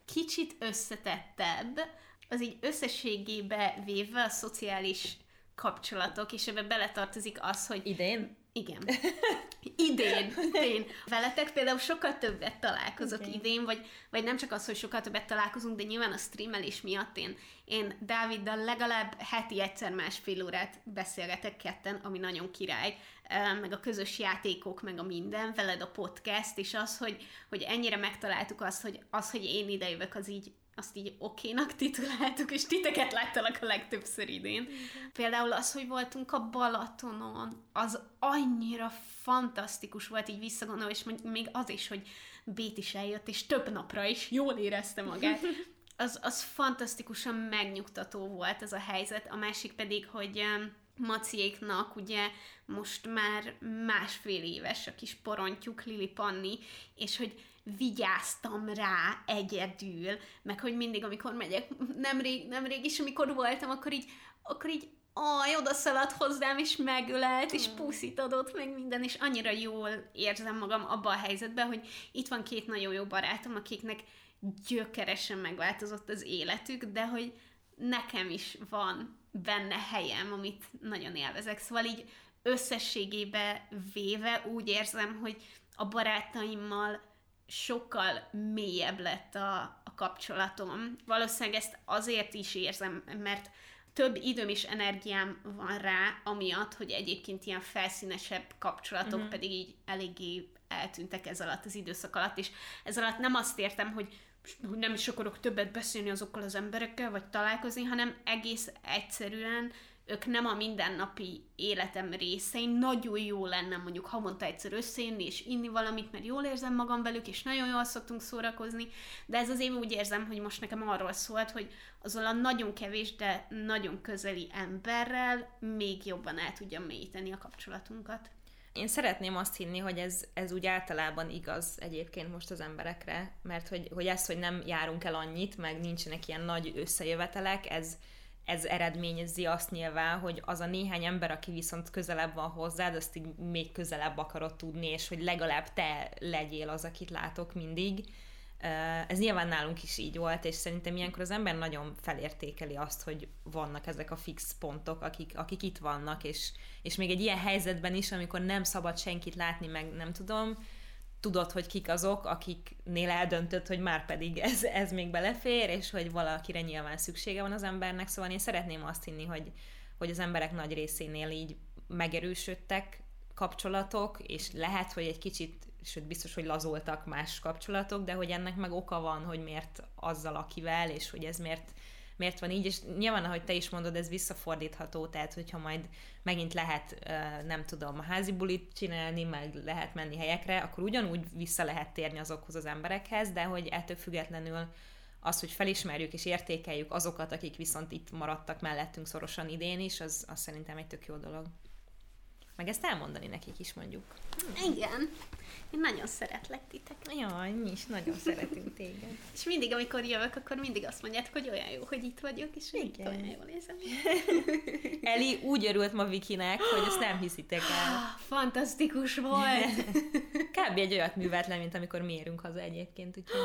kicsit összetettebb, az így összességébe véve a szociális kapcsolatok, és ebbe beletartozik az, hogy... Idén? Igen. Idén, idén. Veletek például sokkal többet találkozok okay. idén, vagy, vagy nem csak az, hogy sokkal többet találkozunk, de nyilván a streamelés miatt én, én Dáviddal legalább heti egyszer másfél órát beszélgetek ketten, ami nagyon király, meg a közös játékok, meg a minden, veled a podcast, és az, hogy, hogy ennyire megtaláltuk azt, hogy az, hogy én idejövök, az így azt így okénak tituláltuk, és titeket láttalak a legtöbbször idén. Okay. Például az, hogy voltunk a Balatonon, az annyira fantasztikus volt így visszagondolva, és még az is, hogy Bét is eljött, és több napra is jól érezte magát. Az, az fantasztikusan megnyugtató volt ez a helyzet. A másik pedig, hogy Maciéknak ugye most már másfél éves a kis porontyuk, Lili Panni, és hogy vigyáztam rá egyedül, meg hogy mindig, amikor megyek, nemrég, nemrég is, amikor voltam, akkor így, akkor így aj, oda szaladt hozzám, és megölelt, és puszit adott, meg minden, és annyira jól érzem magam abban a helyzetben, hogy itt van két nagyon jó barátom, akiknek gyökeresen megváltozott az életük, de hogy nekem is van benne helyem, amit nagyon élvezek. Szóval így összességébe véve úgy érzem, hogy a barátaimmal sokkal mélyebb lett a, a kapcsolatom. Valószínűleg ezt azért is érzem, mert több időm és energiám van rá, amiatt, hogy egyébként ilyen felszínesebb kapcsolatok uh-huh. pedig így eléggé eltűntek ez alatt az időszak alatt, és ez alatt nem azt értem, hogy hogy nem is akarok többet beszélni azokkal az emberekkel, vagy találkozni, hanem egész egyszerűen ők nem a mindennapi életem részei. Nagyon jó lenne mondjuk havonta egyszer összejönni, és inni valamit, mert jól érzem magam velük, és nagyon jól szoktunk szórakozni, de ez az év úgy érzem, hogy most nekem arról szólt, hogy azzal a nagyon kevés, de nagyon közeli emberrel még jobban el tudjam mélyíteni a kapcsolatunkat. Én szeretném azt hinni, hogy ez, ez úgy általában igaz egyébként most az emberekre, mert hogy, hogy ez, hogy nem járunk el annyit, meg nincsenek ilyen nagy összejövetelek, ez, ez eredményezi azt nyilván, hogy az a néhány ember, aki viszont közelebb van hozzád, azt így még közelebb akarod tudni, és hogy legalább te legyél az, akit látok mindig. Ez nyilván nálunk is így volt, és szerintem ilyenkor az ember nagyon felértékeli azt, hogy vannak ezek a fix pontok, akik, akik itt vannak, és, és még egy ilyen helyzetben is, amikor nem szabad senkit látni, meg nem tudom, tudod, hogy kik azok, akiknél eldöntött, hogy már pedig ez, ez még belefér, és hogy valakire nyilván szüksége van az embernek, szóval én szeretném azt hinni, hogy, hogy az emberek nagy részénél így megerősödtek kapcsolatok, és lehet, hogy egy kicsit, sőt biztos, hogy lazultak más kapcsolatok, de hogy ennek meg oka van, hogy miért azzal akivel, és hogy ez miért, miért van így, és nyilván, ahogy te is mondod, ez visszafordítható, tehát hogyha majd megint lehet, nem tudom, a házi bulit csinálni, meg lehet menni helyekre, akkor ugyanúgy vissza lehet térni azokhoz az emberekhez, de hogy ettől függetlenül az, hogy felismerjük és értékeljük azokat, akik viszont itt maradtak mellettünk szorosan idén is, az, az szerintem egy tök jó dolog. Meg ezt elmondani nekik is, mondjuk. Hm. Igen. Én nagyon szeretlek titeket. Jaj, mi is nagyon szeretünk téged. És mindig, amikor jövök, akkor mindig azt mondjátok, hogy olyan jó, hogy itt vagyok, és mindig olyan jól érzem. Eli úgy örült ma Vikinek, hogy ezt nem hiszitek el. Fantasztikus volt! Kb. Egy olyat művelt le, mint amikor mi érünk haza egyébként, úgyhogy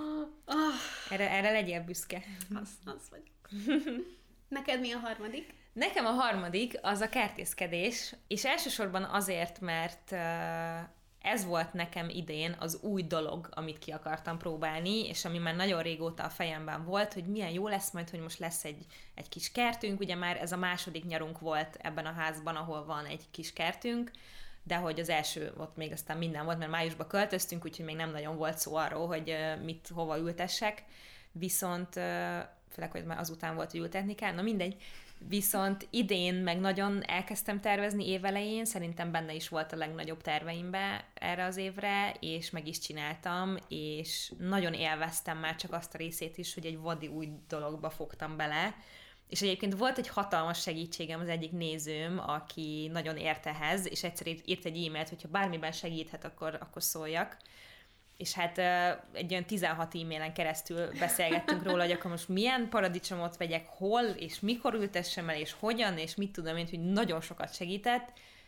erre, erre legyél büszke. Az, az vagyok. Neked mi a harmadik? Nekem a harmadik az a kertészkedés, és elsősorban azért, mert ez volt nekem idén az új dolog, amit ki akartam próbálni, és ami már nagyon régóta a fejemben volt, hogy milyen jó lesz majd, hogy most lesz egy, egy kis kertünk, ugye már ez a második nyarunk volt ebben a házban, ahol van egy kis kertünk, de hogy az első ott még aztán minden volt, mert májusban költöztünk, úgyhogy még nem nagyon volt szó arról, hogy mit hova ültessek, viszont főleg, hogy már azután volt, hogy ültetni kell, na mindegy. Viszont idén meg nagyon elkezdtem tervezni évelején, szerintem benne is volt a legnagyobb terveimbe erre az évre, és meg is csináltam, és nagyon élveztem már csak azt a részét is, hogy egy vadi új dologba fogtam bele, és egyébként volt egy hatalmas segítségem az egyik nézőm, aki nagyon ért ehhez, és egyszer írt egy e-mailt, hogyha bármiben segíthet, akkor, akkor szóljak. És hát egy olyan tizenhat e-mailen keresztül beszélgettünk róla, hogy akkor most milyen paradicsomot vegyek, hol, és mikor ültessem el, és hogyan, és mit tudom én, hogy nagyon sokat segített,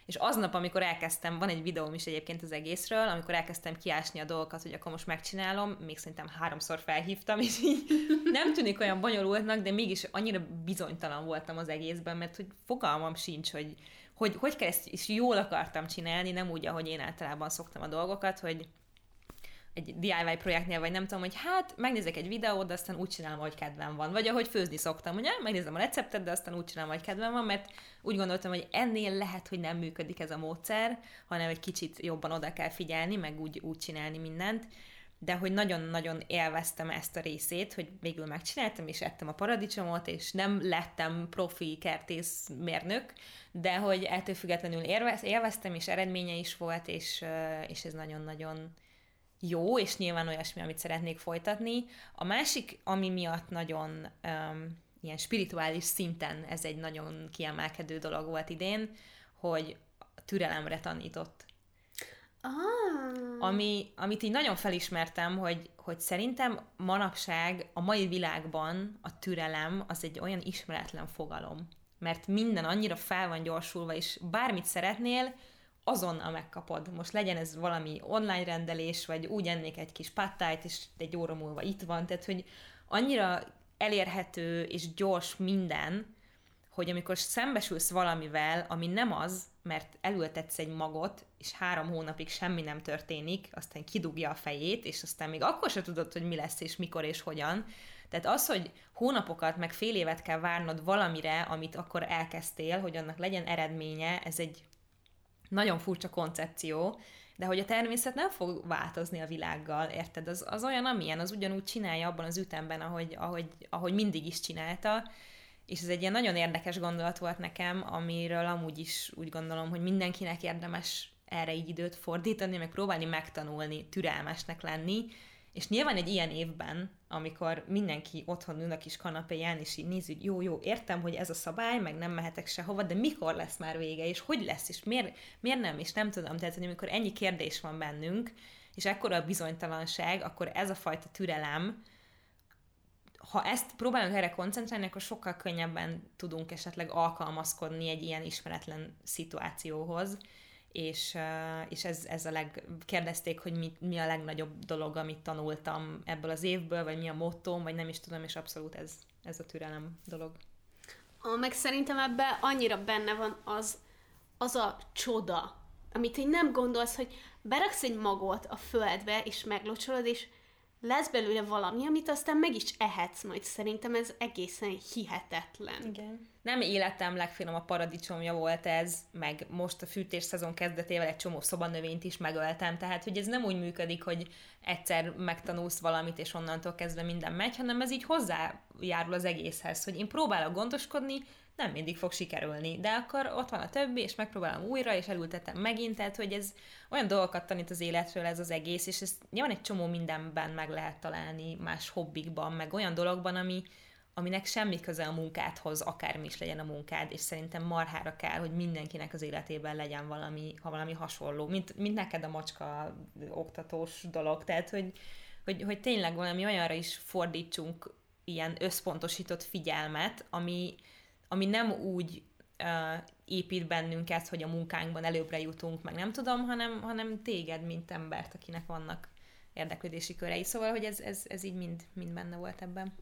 és aznap, amikor elkezdtem, van egy videóm is egyébként az egészről, amikor elkezdtem kiásni a dolgokat, hogy akkor most megcsinálom, még szerintem háromszor felhívtam, és így nem tűnik olyan bonyolultnak, de mégis annyira bizonytalan voltam az egészben, mert hogy fogalmam sincs, hogy hogy, hogy kell ezt, és jól akartam csinálni, nem úgy, ahogy én általában szoktam a dolgokat, hogy egy dé i vaj projektnél, vagy nem tudom, hogy hát megnézek egy videót, de aztán úgy csinálom, hogy kedvem van. Vagy ahogy főzni szoktam, hogy megnézem a receptet, de aztán úgy csinálom, hogy kedvem van, mert úgy gondoltam, hogy ennél lehet, hogy nem működik ez a módszer, hanem egy kicsit jobban oda kell figyelni, meg úgy, úgy csinálni mindent. De hogy nagyon-nagyon élveztem ezt a részét, hogy végül megcsináltam, és ettem a paradicsomot, és nem lettem profi kertészmérnök, de hogy ettől függetlenül élveztem, és eredménye is volt, és, és ez nagyon-nagyon jó, és nyilván olyasmi, amit szeretnék folytatni. A másik, ami miatt nagyon um, ilyen spirituális szinten ez egy nagyon kiemelkedő dolog volt idén, hogy türelemre tanított. Ah. Ami, amit így nagyon felismertem, hogy, hogy szerintem manapság a mai világban a türelem az egy olyan ismeretlen fogalom. Mert minden annyira fel van gyorsulva, és bármit szeretnél, azonnal megkapod. Most legyen ez valami online rendelés, vagy úgy ennék egy kis pattájt, és egy óra múlva itt van. Tehát, hogy annyira elérhető és gyors minden, hogy amikor szembesülsz valamivel, ami nem az, mert elültetsz egy magot, és három hónapig semmi nem történik, aztán kidugja a fejét, és aztán még akkor sem tudod, hogy mi lesz, és mikor, és hogyan. Tehát az, hogy hónapokat, meg fél évet kell várnod valamire, amit akkor elkezdtél, hogy annak legyen eredménye, ez egy nagyon furcsa koncepció, de hogy a természet nem fog változni a világgal, érted? Az, az olyan, amilyen, az ugyanúgy csinálja abban az ütemben, ahogy, ahogy, ahogy mindig is csinálta, és ez egy ilyen nagyon érdekes gondolat volt nekem, amiről amúgy is úgy gondolom, hogy mindenkinek érdemes erre így időt fordítani, meg próbálni megtanulni, türelmesnek lenni, és nyilván egy ilyen évben, amikor mindenki otthon ül a kis kanapéján, és így nézzük, jó, jó, értem, hogy ez a szabály, meg nem mehetek sehova, de mikor lesz már vége, és hogy lesz, és miért, miért nem, és nem tudom, tehát hogy amikor ennyi kérdés van bennünk, és ekkora a bizonytalanság, akkor ez a fajta türelem, ha ezt próbálunk erre koncentrálni, akkor sokkal könnyebben tudunk esetleg alkalmazkodni egy ilyen ismeretlen szituációhoz, és, és ez, ez a leg... kérdezték, hogy mi, mi a legnagyobb dolog, amit tanultam ebből az évből, vagy mi a mottóm, vagy nem is tudom, és abszolút ez, ez a türelem dolog. Ah, meg szerintem ebben annyira benne van az, az a csoda, amit így nem gondolsz, hogy beraksz egy magot a földbe, és meglocsolod, és lesz belőle valami, amit aztán meg is ehetsz majd. Szerintem ez egészen hihetetlen. Igen. Nem életem legfinomabb paradicsomja volt ez, meg most a fűtés szezon kezdetével egy csomó szobanövényt is megöltem, tehát hogy ez nem úgy működik, hogy egyszer megtanulsz valamit, és onnantól kezdve minden megy, hanem ez így hozzájárul az egészhez, hogy én próbálok gondoskodni, nem mindig fog sikerülni, de akkor ott van a többi, és megpróbálom újra, és elültetem megint, tehát hogy ez olyan dolgokat tanít az életről ez az egész, és ez nyilván egy csomó mindenben meg lehet találni, más hobbikban, meg olyan dologban, ami, aminek semmi köze a munkádhoz, akármi is legyen a munkád, és szerintem marhára kell, hogy mindenkinek az életében legyen valami, ha valami hasonló, mint, mint neked a macska oktatós dolog, tehát hogy, hogy, hogy tényleg valami olyanra is fordítsunk ilyen összpontosított figyelmet, ami ami nem úgy uh, épít bennünket, hogy a munkánkban előbbre jutunk, meg nem tudom, hanem, hanem téged, mint embert, akinek vannak érdeklődési körei. Szóval, hogy ez, ez, ez így mind, mind benne volt ebben.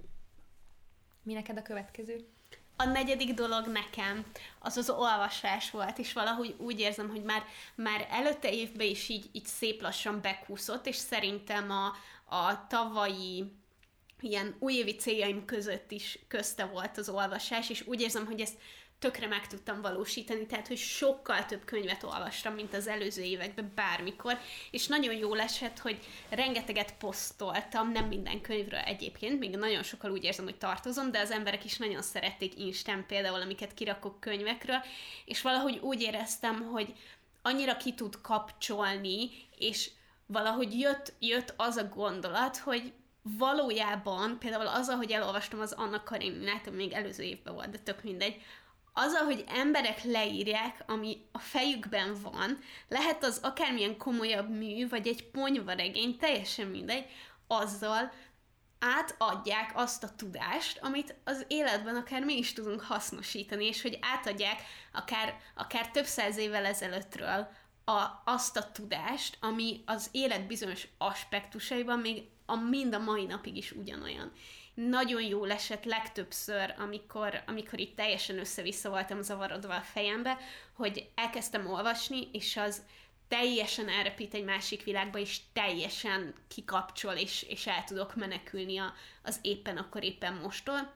Mi neked a következő? A negyedik dolog nekem az az olvasás volt, és valahogy úgy érzem, hogy már, már előtte évben is így, így szép lassan bekúszott, és szerintem a, a tavalyi ilyen újévi céljaim között is közte volt az olvasás, és úgy érzem, hogy ezt tökre meg tudtam valósítani, tehát, hogy sokkal több könyvet olvastam, mint az előző években bármikor, és nagyon jól esett, hogy rengeteget posztoltam, nem minden könyvről egyébként, még nagyon sokkal úgy érzem, hogy tartozom, de az emberek is nagyon szerették Instán például, amiket kirakok könyvekről, és valahogy úgy éreztem, hogy annyira ki tud kapcsolni, és valahogy jött, jött az a gondolat, hogy valójában, például az, ahogy elolvastam az Anna Kareninát, még előző évben volt, de tök mindegy, az, ahogy emberek leírják, ami a fejükben van, lehet az akármilyen komolyabb mű, vagy egy ponyvaregény, teljesen mindegy, azzal átadják azt a tudást, amit az életben akár mi is tudunk hasznosítani, és hogy átadják akár, akár több száz évvel ezelőttről a, azt a tudást, ami az élet bizonyos aspektusaiban még a, mind a mai napig is ugyanolyan. Nagyon jól esett legtöbbször, amikor, amikor itt teljesen össze-vissza voltam zavarodva a fejembe, hogy elkezdtem olvasni, és az teljesen elrepít egy másik világba, és teljesen kikapcsol, és, és el tudok menekülni a, az éppen akkor éppen mostól.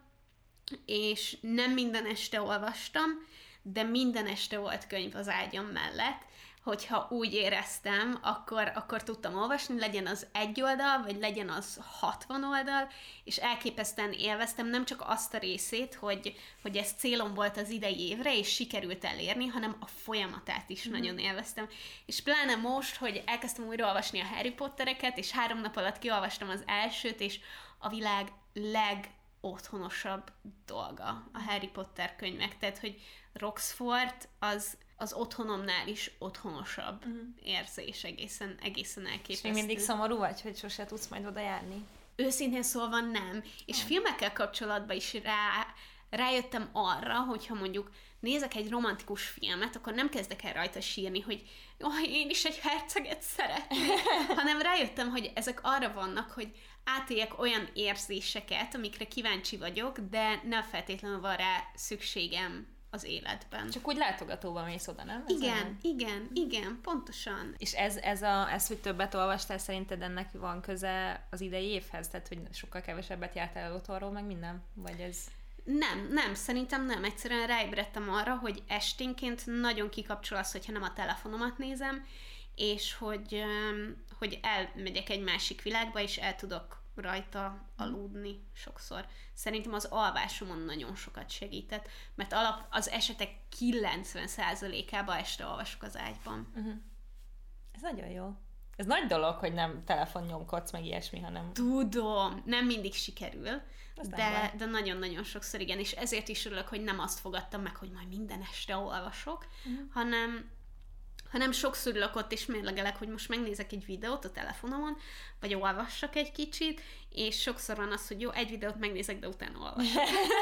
És nem minden este olvastam, de minden este volt könyv az ágyam mellett, hogyha úgy éreztem, akkor, akkor tudtam olvasni, legyen az egy oldal, vagy legyen az hatvan oldal, és elképesztően élveztem nem csak azt a részét, hogy, hogy ez célom volt az idei évre, és sikerült elérni, hanem a folyamatát is mm. nagyon élveztem. És pláne most, hogy elkezdtem újra olvasni a Harry Pottereket, és három nap alatt kiolvastam az elsőt, és a világ legotthonosabb dolga a Harry Potter könyvek. Tehát, hogy Roxford az az otthonomnál is otthonosabb uh-huh. érzés, egészen, egészen elképesztő. És még mindig szomorú vagy, hogy sose tudsz majd oda járni? Őszintén szólva nem. És oh. filmekkel kapcsolatban is rá, rájöttem arra, hogyha mondjuk nézek egy romantikus filmet, akkor nem kezdek el rajta sírni, hogy jaj, én is egy herceget szeretnék, hanem rájöttem, hogy ezek arra vannak, hogy átéljek olyan érzéseket, amikre kíváncsi vagyok, de nem feltétlenül van rá szükségem az életben. Csak úgy látogatóban mész oda, nem? Ez igen, olyan? igen, igen, pontosan. És ez, ez, a, ez, hogy többet olvastál, szerinted ennek van köze az idei évhez? Tehát, hogy sokkal kevesebbet jártál el otthonról, meg minden? Vagy ez... Nem, nem, szerintem nem. Egyszerűen ráébredtem arra, hogy esténként nagyon kikapcsol az, hogyha nem a telefonomat nézem, és hogy, hogy elmegyek egy másik világba, és el tudok rajta aludni sokszor. Szerintem az alvásomon nagyon sokat segített, mert alap, az esetek kilencven százalékában este olvasok az ágyban. Uh-huh. Ez nagyon jó. Ez nagy dolog, hogy nem telefonnyomkodsz, meg ilyesmi, hanem... Tudom, nem mindig sikerül, de, de nagyon-nagyon sokszor igen, és ezért is örülök, hogy nem azt fogadtam meg, hogy majd minden este olvasok, uh-huh. hanem hanem sokszor ülök ott, és mérlegelek, hogy most megnézek egy videót a telefonomon, vagy olvassak egy kicsit, és sokszor van az, hogy jó, egy videót megnézek, de utána olvasok.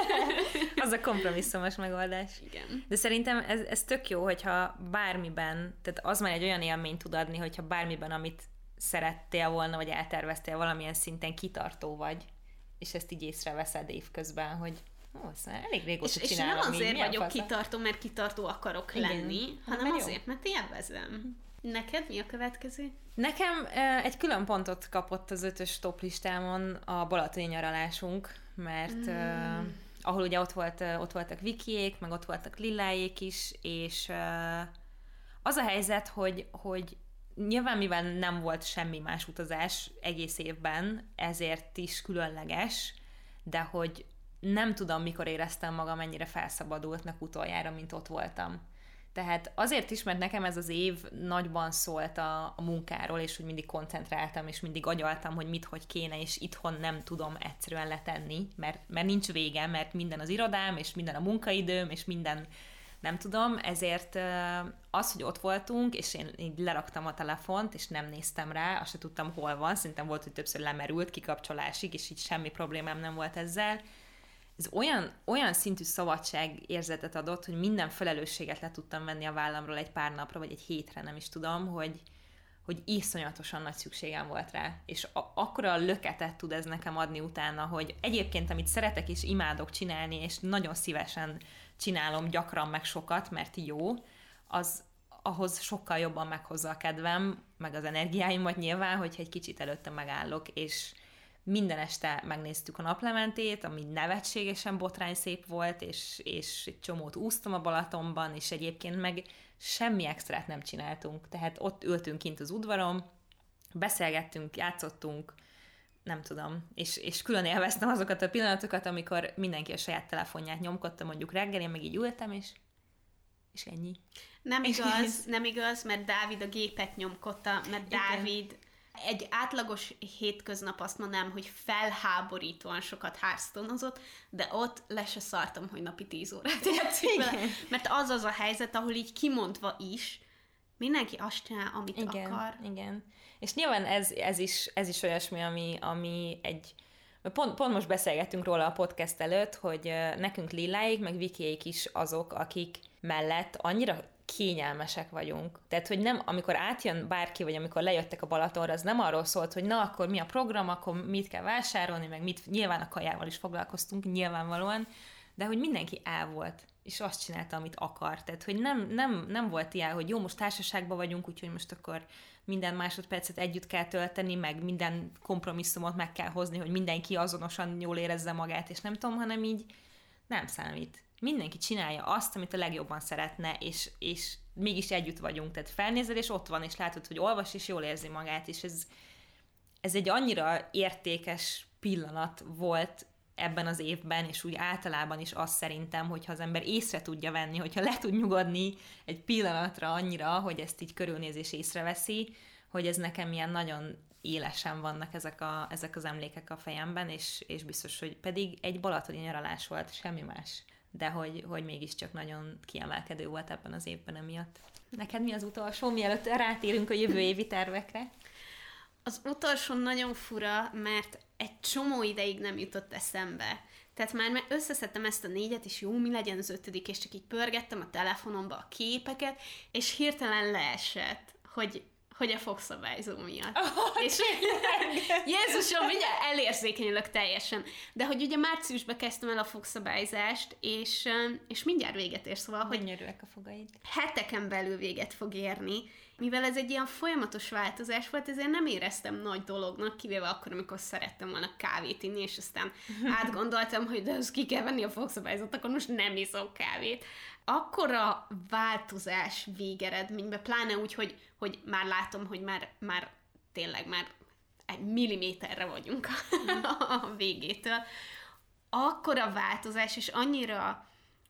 Az a kompromisszumos megoldás. Igen. De szerintem ez, ez tök jó, hogyha bármiben, tehát az már egy olyan élményt tud adni, hogyha bármiben, amit szerettél volna, vagy elterveztél, valamilyen szinten kitartó vagy, és ezt így észreveszed évközben, hogy ó, szóval elég régóta és, csinálom. És nem azért így, vagyok kitartó, mert kitartó akarok igen. lenni, hanem mert azért, mert élvezem. Neked mi a következő? Nekem uh, egy külön pontot kapott az ötös top listámon a balatoni nyaralásunk, mert mm. uh, ahol ugye ott, volt, uh, ott voltak Vikiék, meg ott voltak Lilláék is, és uh, az a helyzet, hogy, hogy nyilván mivel nem volt semmi más utazás egész évben, ezért is különleges, de hogy nem tudom, mikor éreztem magam ennyire felszabadultnak utoljára, mint ott voltam. Tehát azért is, mert nekem ez az év nagyban szólt a, a munkáról, és hogy mindig koncentráltam, és mindig agyaltam, hogy mit, hogy kéne, és itthon nem tudom egyszerűen letenni, mert, mert nincs vége, mert minden az irodám, és minden a munkaidőm, és minden nem tudom, ezért az, hogy ott voltunk, és én így leraktam a telefont, és nem néztem rá, azt se tudtam, hol van, szerintem volt, hogy többször lemerült kikapcsolásig, és így semmi problémám nem volt ezzel. Ez olyan, olyan szintű szabadságérzetet adott, hogy minden felelősséget le tudtam venni a vállamról egy pár napra, vagy egy hétre, nem is tudom, hogy, hogy iszonyatosan nagy szükségem volt rá. És a, akkora a löketet tud ez nekem adni utána, hogy egyébként, amit szeretek és imádok csinálni, és nagyon szívesen csinálom gyakran meg sokat, mert jó, az ahhoz sokkal jobban meghozza a kedvem, meg az energiáimat nyilván, hogyha egy kicsit előtte megállok, és minden este megnéztük a naplementét, ami nevetségesen botrányszép volt, és, és egy csomót úsztam a Balatonban, és egyébként meg semmi extrát nem csináltunk. Tehát ott ültünk kint az udvaron, beszélgettünk, játszottunk, nem tudom, és, és külön élveztem azokat a pillanatokat, amikor mindenki a saját telefonját nyomkodta, mondjuk reggel, én meg így ültem, és, és ennyi. Nem igaz, nem igaz, mert Dávid a gépet nyomkodta, mert igen. Dávid egy átlagos hétköznap azt mondanám, hogy felháborítóan sokat hearthstone-ozott, de ott le se szartam, hogy napi tíz órát játszik vele. Mert az az a helyzet, ahol így kimondva is, mindenki azt csinál, amit igen, akar. Igen, és nyilván ez, ez, is, ez is olyasmi, ami, ami egy Pont, pont most beszélgettünk róla a podcast előtt, hogy nekünk Liláék, meg Vikiék is azok, akik mellett annyira kényelmesek vagyunk. Tehát, hogy nem, amikor átjön bárki, vagy amikor lejöttek a Balatonra, az nem arról szólt, hogy na, akkor mi a program, akkor mit kell vásárolni, meg mit, nyilván a kajával is foglalkoztunk, nyilvánvalóan, de hogy mindenki el volt, és azt csinálta, amit akar. Tehát, hogy nem, nem, nem volt ilyen, hogy jó, most társaságban vagyunk, úgyhogy most akkor minden másodpercet együtt kell tölteni, meg minden kompromisszumot meg kell hozni, hogy mindenki azonosan jól érezze magát, és nem tudom, hanem így nem számít. Mindenki csinálja azt, amit a legjobban szeretne, és, és mégis együtt vagyunk. Tehát felnézel, és ott van, és látod, hogy olvas, és jól érzi magát, és ez, ez egy annyira értékes pillanat volt ebben az évben, és úgy általában is azt szerintem, hogyha az ember észre tudja venni, hogyha le tud nyugodni egy pillanatra annyira, hogy ezt így körülnézés észreveszi, hogy ez nekem ilyen nagyon élesen vannak ezek, a, ezek az emlékek a fejemben, és, és biztos, hogy pedig egy balatoni nyaralás volt, semmi más. De hogy, hogy mégiscsak nagyon kiemelkedő volt ebben az évben emiatt. Neked mi az utolsó, mielőtt rátérünk a jövő évi tervekre? Az utolsó nagyon fura, mert egy csomó ideig nem jutott eszembe. Tehát már összeszedtem ezt a négyet, és jó, mi legyen az ötödik, és csak így pörgettem a telefonomba a képeket, és hirtelen leesett, hogy hogy a fogszabályzó miatt. Oh, és Jézusom, mindjárt elérzékenyülök teljesen. De hogy ugye márciusban kezdtem el a fogszabályzást, és, és mindjárt véget ér, szóval, hogy gyönyörűek a fogaid. Heteken belül véget fog érni. Mivel ez egy ilyen folyamatos változás volt, ezért nem éreztem nagy dolognak, kivéve akkor, amikor szerettem volna kávét inni, és aztán átgondoltam, hogy de az ki kell venni a fogszabályzót, akkor most nem iszok kávét. Akkora változás végeredményben, pláne úgy, hogy, hogy már látom, hogy már, már tényleg már egy milliméterre vagyunk a végétől. Akkora változás, és annyira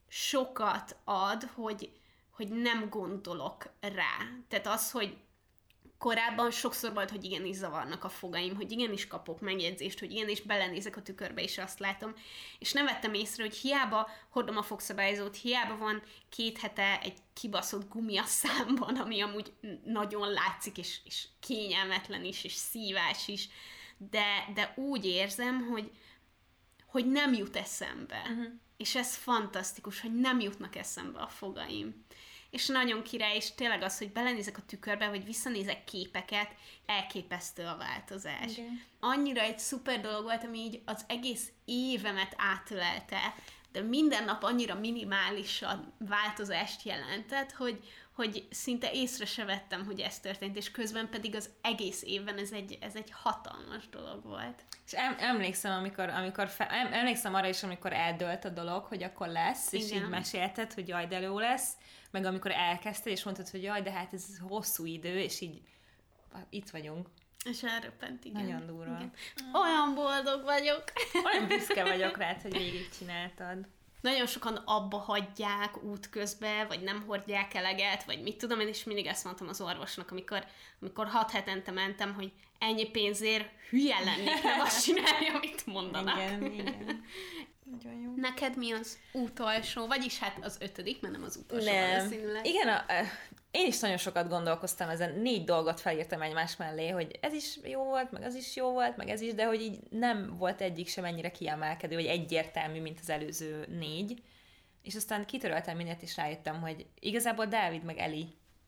sokat ad, hogy, hogy nem gondolok rá. Tehát az, hogy korábban sokszor volt, hogy igenis zavarnak a fogaim, hogy igenis kapok megjegyzést, hogy igenis belenézek a tükörbe, és azt látom. És nem vettem észre, hogy hiába hordom a fogszabályzót, hiába van két hete egy kibaszott gumi a számban, ami amúgy nagyon látszik, és, és kényelmetlen is, és szívás is, de, de úgy érzem, hogy, hogy nem jut eszembe. Uh-huh. És ez fantasztikus, hogy nem jutnak eszembe a fogaim. És nagyon király, és tényleg az, hogy belenézek a tükörbe, vagy visszanézek képeket, elképesztő a változás. Okay. Annyira egy szuper dolog volt, ami így az egész évemet átölelte, de minden nap annyira minimálisan változást jelentett, hogy, hogy szinte észre se vettem, hogy ez történt, és közben pedig az egész évben ez egy, ez egy hatalmas dolog volt. És em, emlékszem, amikor, amikor fe, em, emlékszem arra is, amikor eldőlt a dolog, hogy akkor lesz, és igen. Így mesélted, hogy jaj, de jó lesz, meg amikor elkezdted, és mondtad, hogy jaj, de hát ez hosszú idő, és így itt vagyunk. És elröppent, igen. Nagyon durva. Igen. Olyan boldog vagyok. Olyan büszke vagyok rád, hogy végigcsináltad. Nagyon sokan abba hagyják útközbe, vagy nem hordják eleget, vagy mit tudom én, és mindig ezt mondtam az orvosnak, amikor, amikor hat hetente mentem, hogy ennyi pénzért hülye lennék, nem azt csinálja, amit mondanak. Igen, igen. Nagyon jó. Neked mi az utolsó? Vagyis hát az ötödik, mert nem az utolsó valószínűleg. Igen, a, a, én is nagyon sokat gondolkoztam ezen, négy dolgot felírtam egymás mellé, hogy ez is jó volt, meg az is jó volt, meg ez is, de hogy így nem volt egyik sem ennyire kiemelkedő, vagy egyértelmű, mint az előző négy. És aztán kitöröltem mindent, és rájöttem, hogy igazából Dávid meg Eli.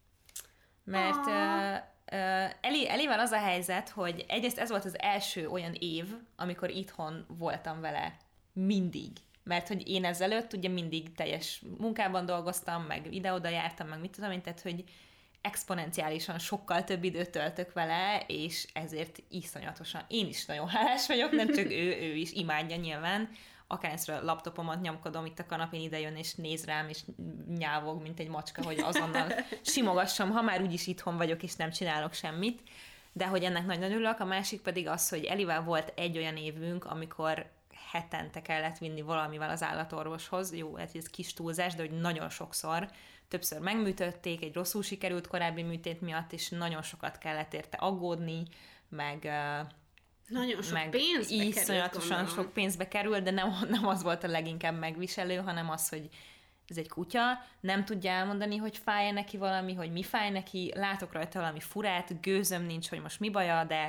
Mert uh, uh, Eli, Elivel az a helyzet, hogy egyrészt ez volt az első olyan év, amikor itthon voltam vele mindig. Mert hogy én ezelőtt ugye mindig teljes munkában dolgoztam, meg ide-oda jártam, meg mit tudom én, tehát hogy exponenciálisan sokkal több időt töltök vele, és ezért iszonyatosan, én is nagyon hálás vagyok, nem csak ő, ő is imádja nyilván, akárszor a laptopomat nyomkodom, itt a kanapén ide jön, és néz rám, és nyávog, mint egy macska, hogy azonnal simogassam, ha már úgyis itthon vagyok, és nem csinálok semmit, de hogy ennek nagyon örülök. A másik pedig az, hogy Elivel volt egy olyan évünk, amikor hetente kellett vinni valamivel az állatorvoshoz. Jó, ez kis túlzás, de hogy nagyon sokszor, többször megműtötték egy rosszul sikerült korábbi műtét miatt, és nagyon sokat kellett érte aggódni, meg nagyon sok meg pénzbe iszonyatosan kerül, sok pénzbe kerül, de nem, nem az volt a leginkább megviselő, hanem az, hogy ez egy kutya, nem tudja elmondani, hogy fáj neki valami, hogy mi fáj neki, látok rajta valami furát, gőzöm nincs, hogy most mi baja, de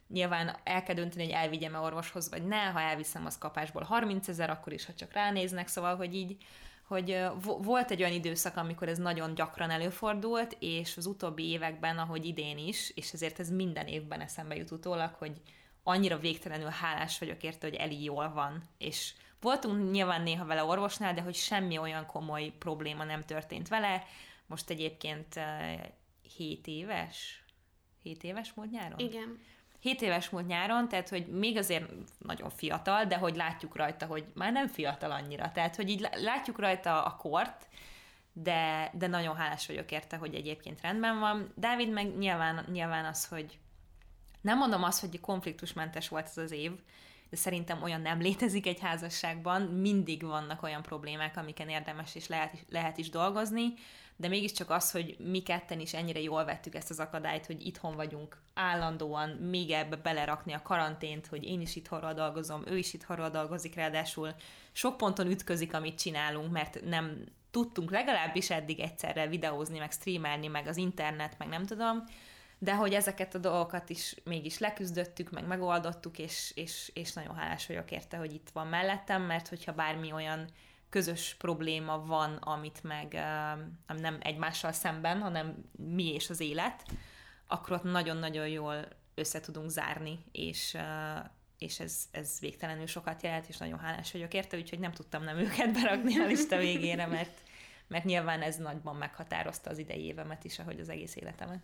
nyilván el kell dönteni, hogy elvigyem-e orvoshoz, vagy ne, ha elviszem, az kapásból harmincezer, akkor is, ha csak ránéznek, szóval, hogy így, hogy volt egy olyan időszak, amikor ez nagyon gyakran előfordult, és az utóbbi években, ahogy idén is, és ezért ez minden évben eszembe jut utólag, hogy annyira végtelenül hálás vagyok érte, hogy Eli jól van, és voltunk nyilván néha vele orvosnál, de hogy semmi olyan komoly probléma nem történt vele. Most egyébként hét éves, hét éves múlt nyáron? Igen. hét éves múlt nyáron, tehát hogy még azért nagyon fiatal, de hogy látjuk rajta, hogy már nem fiatal annyira. Tehát, hogy így látjuk rajta a kort, de, de nagyon hálás vagyok érte, hogy egyébként rendben van. Dávid meg nyilván, nyilván az, hogy nem mondom azt, hogy konfliktusmentes volt ez az év, de szerintem olyan nem létezik egy házasságban, mindig vannak olyan problémák, amiken érdemes és lehet is, lehet is dolgozni, de mégiscsak az, hogy mi ketten is ennyire jól vettük ezt az akadályt, hogy itthon vagyunk állandóan, még ebbe belerakni a karantént, hogy én is itthonról dolgozom, ő is itthonról dolgozik, ráadásul sok ponton ütközik, amit csinálunk, mert nem tudtunk legalábbis eddig egyszerre videózni, meg streamelni, meg az internet, meg nem tudom, de hogy ezeket a dolgokat is mégis leküzdöttük, meg megoldottuk, és, és, és nagyon hálás vagyok érte, hogy itt van mellettem, mert hogyha bármi olyan közös probléma van, amit meg uh, nem egymással szemben, hanem mi és az élet, akkor ott nagyon-nagyon jól össze tudunk zárni, és, uh, és ez, ez végtelenül sokat jelent, és nagyon hálás vagyok érte, úgyhogy nem tudtam nem őket berakni a lista végére, mert, mert nyilván ez nagyban meghatározta az idei évemet is, ahogy az egész életemet.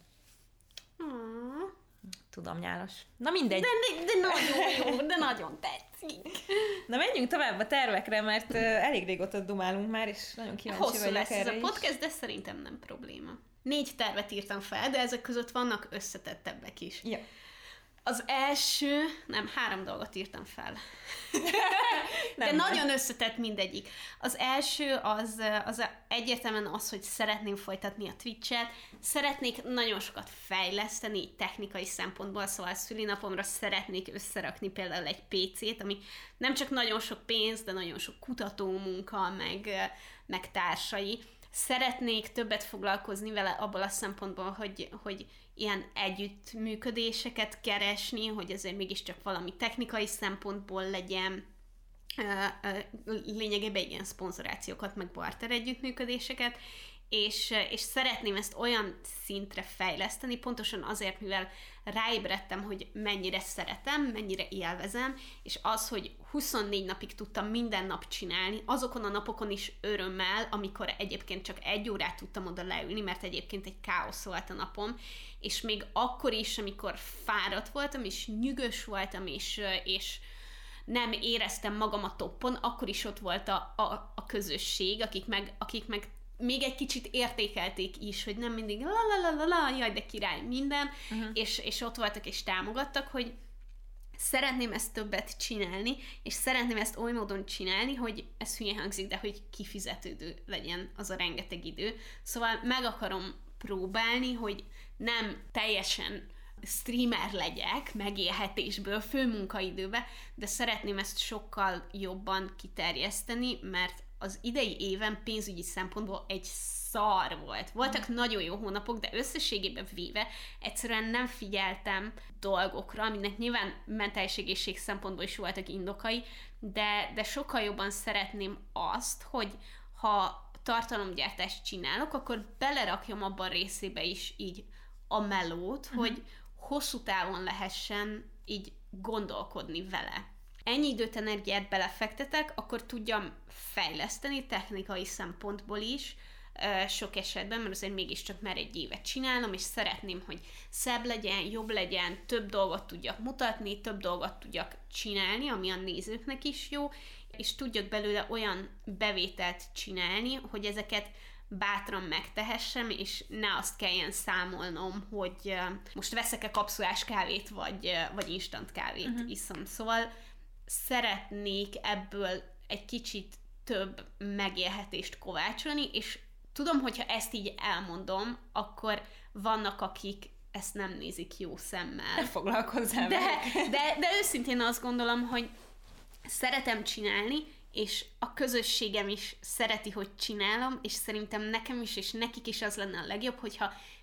Hmm. Tudom, nyálas. Na mindegy. De, de, de nagyon jó, de nagyon tetszik. Na menjünk tovább a tervekre, mert uh, elég régóta dumálunk már, és nagyon kíváncsi Hosszú vagyok lesz ez erre a podcast, de szerintem nem probléma. Négy tervet írtam fel, de ezek között vannak összetettebbek is. Ja. Az első, nem, három dolgot írtam fel. De nem nagyon van. Összetett mindegyik. Az első az, az egyértelműen az, hogy szeretném folytatni a Twitch-et, szeretnék nagyon sokat fejleszteni technikai szempontból, szóval szülinapomra szeretnék összerakni például egy pé cét, ami nem csak nagyon sok pénz, de nagyon sok kutatómunka, meg, meg társai. Szeretnék többet foglalkozni vele abból a szempontból, hogy, hogy ilyen együttműködéseket keresni, hogy ezért mégiscsak valami technikai szempontból legyen, lényegében ilyen szponzorációkat, meg barter együttműködéseket, és, és szeretném ezt olyan szintre fejleszteni, pontosan azért, mivel ráébredtem, hogy mennyire szeretem, mennyire élvezem, és az, hogy huszonnégy napig tudtam minden nap csinálni, azokon a napokon is örömmel, amikor egyébként csak egy órát tudtam oda leülni, mert egyébként egy káosz volt a napom, és még akkor is, amikor fáradt voltam, és nyűgös voltam, és, és nem éreztem magam a toppon, akkor is ott volt a, a, a közösség, akik meg, akik meg még egy kicsit értékelték is, hogy nem mindig la la la la la, jaj, de király minden, uh-huh. és, és ott voltak és támogattak, hogy szeretném ezt többet csinálni, és szeretném ezt oly módon csinálni, hogy ez hülye hangzik, de hogy kifizetődő legyen az a rengeteg idő. Szóval meg akarom próbálni, hogy nem teljesen streamer legyek megélhetésből, főmunkaidőbe, de szeretném ezt sokkal jobban kiterjeszteni, mert az idei éven pénzügyi szempontból egy szar volt. Voltak mm. nagyon jó hónapok, de összességében véve egyszerűen nem figyeltem dolgokra, aminek nyilván mentális egészség szempontból is voltak indokai, de, de sokkal jobban szeretném azt, hogy ha tartalomgyártást csinálok, akkor belerakjam abban a részébe is így a melót, mm. hogy hosszú távon lehessen így gondolkodni vele. Ennyi időt, energiát belefektetek, akkor tudjam fejleszteni technikai szempontból is, sok esetben, mert azért mégiscsak már egy évet csinálom, és szeretném, hogy szebb legyen, jobb legyen, több dolgot tudjak mutatni, több dolgot tudjak csinálni, ami a nézőknek is jó, és tudjak belőle olyan bevételt csinálni, hogy ezeket bátran megtehessem, és ne azt kelljen számolnom, hogy most veszek-e kapszulás kávét, vagy, vagy instant kávét uh-huh. iszom. Szóval szeretnék ebből egy kicsit több megélhetést kovácsolni, és tudom, hogyha ezt így elmondom, akkor vannak, akik ezt nem nézik jó szemmel. Ne foglalkozzál de, de, de őszintén azt gondolom, hogy szeretem csinálni, és a közösségem is szereti, hogy csinálom, és szerintem nekem is, és nekik is az lenne a legjobb, hogyha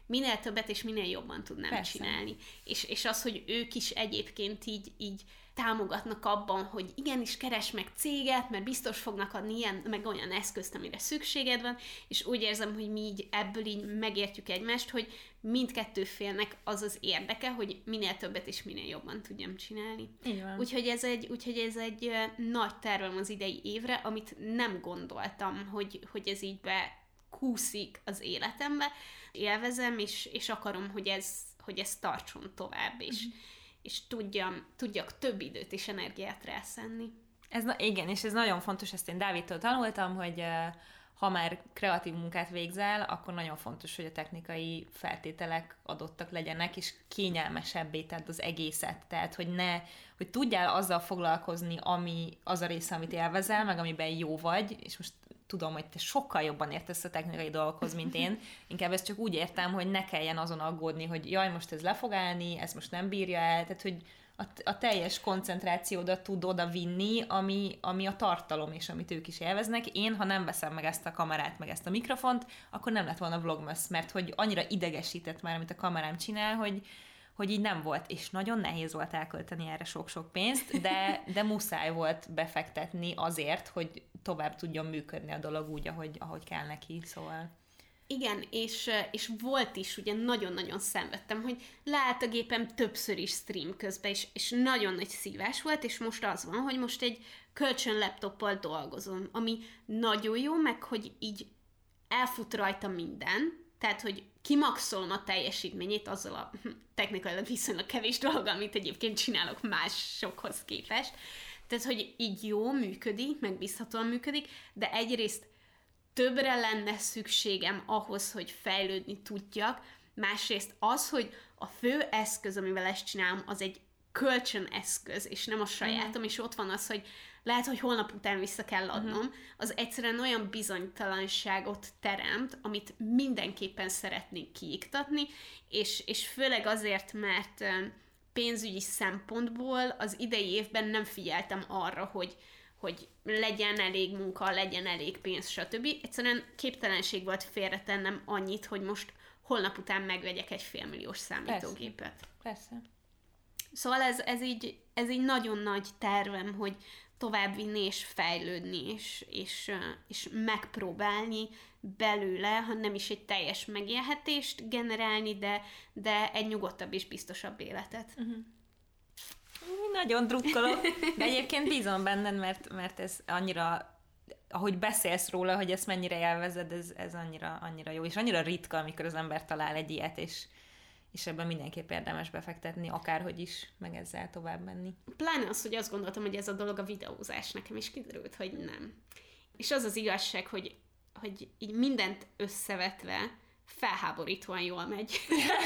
minél többet és minél jobban tudnám Persze. csinálni. És, és az, hogy ők is egyébként így, így támogatnak abban, hogy igenis keresd meg céget, mert biztos fognak adni ilyen, meg olyan eszközt, amire szükséged van, és úgy érzem, hogy mi így ebből így megértjük egymást, hogy mindkettő félnek az az érdeke, hogy minél többet és minél jobban tudjam csinálni. Úgyhogy ez egy, úgyhogy ez egy nagy tervem az idei évre, amit nem gondoltam, hogy, hogy ez így bekúszik az életembe. Élvezem, és, és akarom, hogy ez, hogy ez tartson tovább, és, mm. és tudjam, tudjak több időt és energiát rászenni. Ez, igen, és ez nagyon fontos, ezt én Dávidtól tanultam, hogy ha már kreatív munkát végzel, akkor nagyon fontos, hogy a technikai feltételek adottak legyenek, és kényelmesebbé tedd az egészet. Tehát, hogy ne, hogy tudjál azzal foglalkozni, ami az a része, amit élvezel, meg amiben jó vagy, és most tudom, hogy te sokkal jobban értesz a technikai dolgokhoz, mint én. Inkább ezt csak úgy értem, hogy ne kelljen azon aggódni, hogy jaj, most ez le fog állni, ez most nem bírja el, tehát, hogy a, a teljes koncentrációdat tud oda vinni, ami, ami a tartalom, és amit ők is élveznek. Én, ha nem veszem meg ezt a kamerát, meg ezt a mikrofont, akkor nem lett volna Vlogmas, mert hogy annyira idegesített már, amit a kamerám csinál, hogy, hogy így nem volt, és nagyon nehéz volt elkölteni erre sok-sok pénzt, de, de muszáj volt befektetni azért, hogy tovább tudjon működni a dolog úgy, ahogy, ahogy kell neki, szóval... Igen, és, és volt is, ugye nagyon-nagyon szenvedtem, hogy leállt a gépem többször is stream közben, és, és nagyon nagy szívás volt, és most az van, hogy most egy kölcsön laptoppal dolgozom, ami nagyon jó, meg hogy így elfut rajta minden, tehát, hogy kimaxolom a teljesítményét azzal a technikailag viszonylag kevés dolga, amit egyébként csinálok másokhoz képest. Tehát, hogy így jó működik, megbízhatóan működik, de egyrészt többre lenne szükségem ahhoz, hogy fejlődni tudjak. Másrészt az, hogy a fő eszköz, amivel ezt csinálom, az egy kölcsöneszköz, és nem a sajátom, mm. és ott van az, hogy lehet, hogy holnap után vissza kell adnom, mm. az egyszerűen olyan bizonytalanságot teremt, amit mindenképpen szeretnék kiiktatni, és, és főleg azért, mert pénzügyi szempontból az idei évben nem figyeltem arra, hogy hogy legyen elég munka, legyen elég pénz, stb. Egyszerűen képtelenség volt félretennem annyit, hogy most holnap után megvegyek egy félmilliós számítógépet. Persze. Persze. Szóval ez, ez, így, ez így nagyon nagy tervem, hogy továbbvinni és fejlődni, és, és, és megpróbálni belőle, ha nem is egy teljes megélhetést generálni, de, de egy nyugodtabb és biztosabb életet. Uh-huh. Nagyon drukkolok, de egyébként bízom benned, mert, mert ez annyira, ahogy beszélsz róla, hogy ezt mennyire élvezed, ez, ez annyira, annyira jó, és annyira ritka, amikor az ember talál egy ilyet, és, és ebben mindenképp érdemes befektetni, akárhogy is, meg ezzel tovább menni. Pláne az, hogy azt gondoltam, hogy ez a dolog a videózás, nekem is kiderült, hogy nem. És az az igazság, hogy, hogy így mindent összevetve felháborítóan jól megy.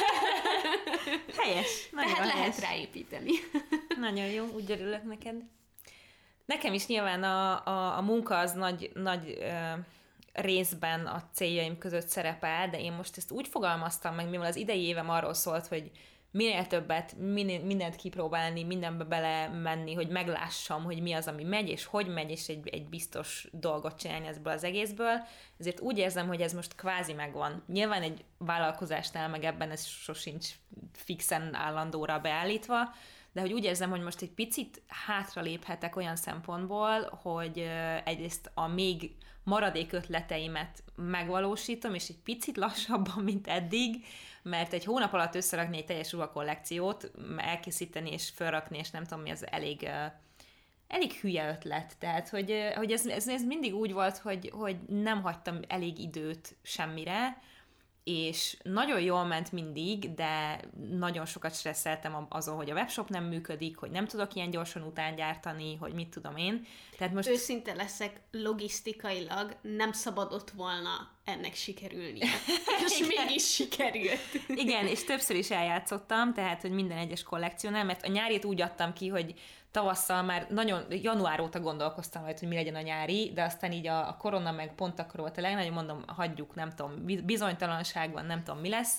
Helyes. Tehát helyes. Lehet ráépíteni. Nagyon jó, úgy örülök neked. Nekem is nyilván a, a, a munka az nagy, nagy ö, részben a céljaim között szerepel, de én most ezt úgy fogalmaztam meg, mivel az idei évem arról szólt, hogy minél többet, minél, mindent kipróbálni, mindenbe bele menni, hogy meglássam, hogy mi az, ami megy, és hogy megy, és egy, egy biztos dolgot csinálni ebből az egészből. Ezért úgy érzem, hogy ez most kvázi megvan. Nyilván egy vállalkozásnál, meg ebben ez sosincs fixen állandóra beállítva, de hogy úgy érzem, hogy most egy picit hátraléphetek olyan szempontból, hogy egyrészt a még maradék ötleteimet megvalósítom, és egy picit lassabban, mint eddig, mert egy hónap alatt összerakni egy teljes ruhakollekciót, elkészíteni és felrakni, és nem tudom mi, az elég, elég hülye ötlet. Tehát, hogy, hogy ez, ez, ez mindig úgy volt, hogy, hogy nem hagytam elég időt semmire, és nagyon jól ment mindig, de nagyon sokat stresszeltem azon, hogy a webshop nem működik, hogy nem tudok ilyen gyorsan utángyártani, hogy mit tudom én. Tehát most... Őszinte leszek, logisztikailag nem szabadott volna ennek sikerülnie. És mégis sikerült. Igen, és többször is eljátszottam, tehát, hogy minden egyes kollekciónál, mert a nyárit úgy adtam ki, hogy tavasszal már nagyon, január óta gondolkoztam majd, hogy mi legyen a nyári, de aztán így a, a korona meg pont akkor volt a legnagyobb, mondom, hagyjuk, nem tudom, bizonytalanság van, nem tudom, mi lesz,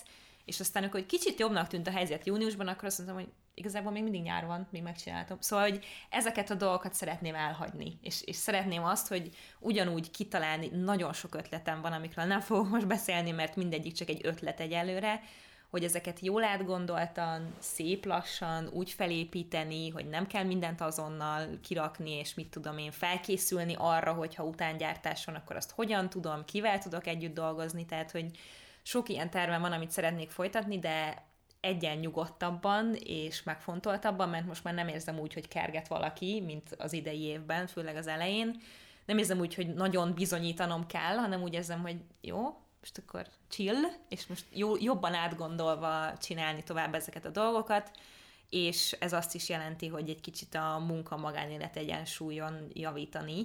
És aztán, amikor egy kicsit jobbnak tűnt a helyzet júniusban, akkor azt mondtam, hogy igazából még mindig nyár van, még megcsináltam. Szóval, hogy ezeket a dolgokat szeretném elhagyni, és, és szeretném azt, hogy ugyanúgy kitalálni, nagyon sok ötletem van, amikről nem fogok most beszélni, mert mindegyik csak egy ötlet egyelőre, hogy ezeket jól átgondoltan, szép lassan, úgy felépíteni, hogy nem kell mindent azonnal kirakni, és mit tudom én, felkészülni arra, hogyha utángyártás van, akkor azt hogyan tudom, kivel tudok együtt dolgozni, tehát, hogy sok ilyen tervem van, amit szeretnék folytatni, de egyen nyugodtabban és megfontoltabban, mert most már nem érzem úgy, hogy kerget valaki, mint az idei évben, főleg az elején. Nem érzem úgy, hogy nagyon bizonyítanom kell, hanem úgy érzem, hogy jó, most akkor chill, és most jó, jobban átgondolva csinálni tovább ezeket a dolgokat, és ez azt is jelenti, hogy egy kicsit a munka-magánélet egyensúlyon javítani,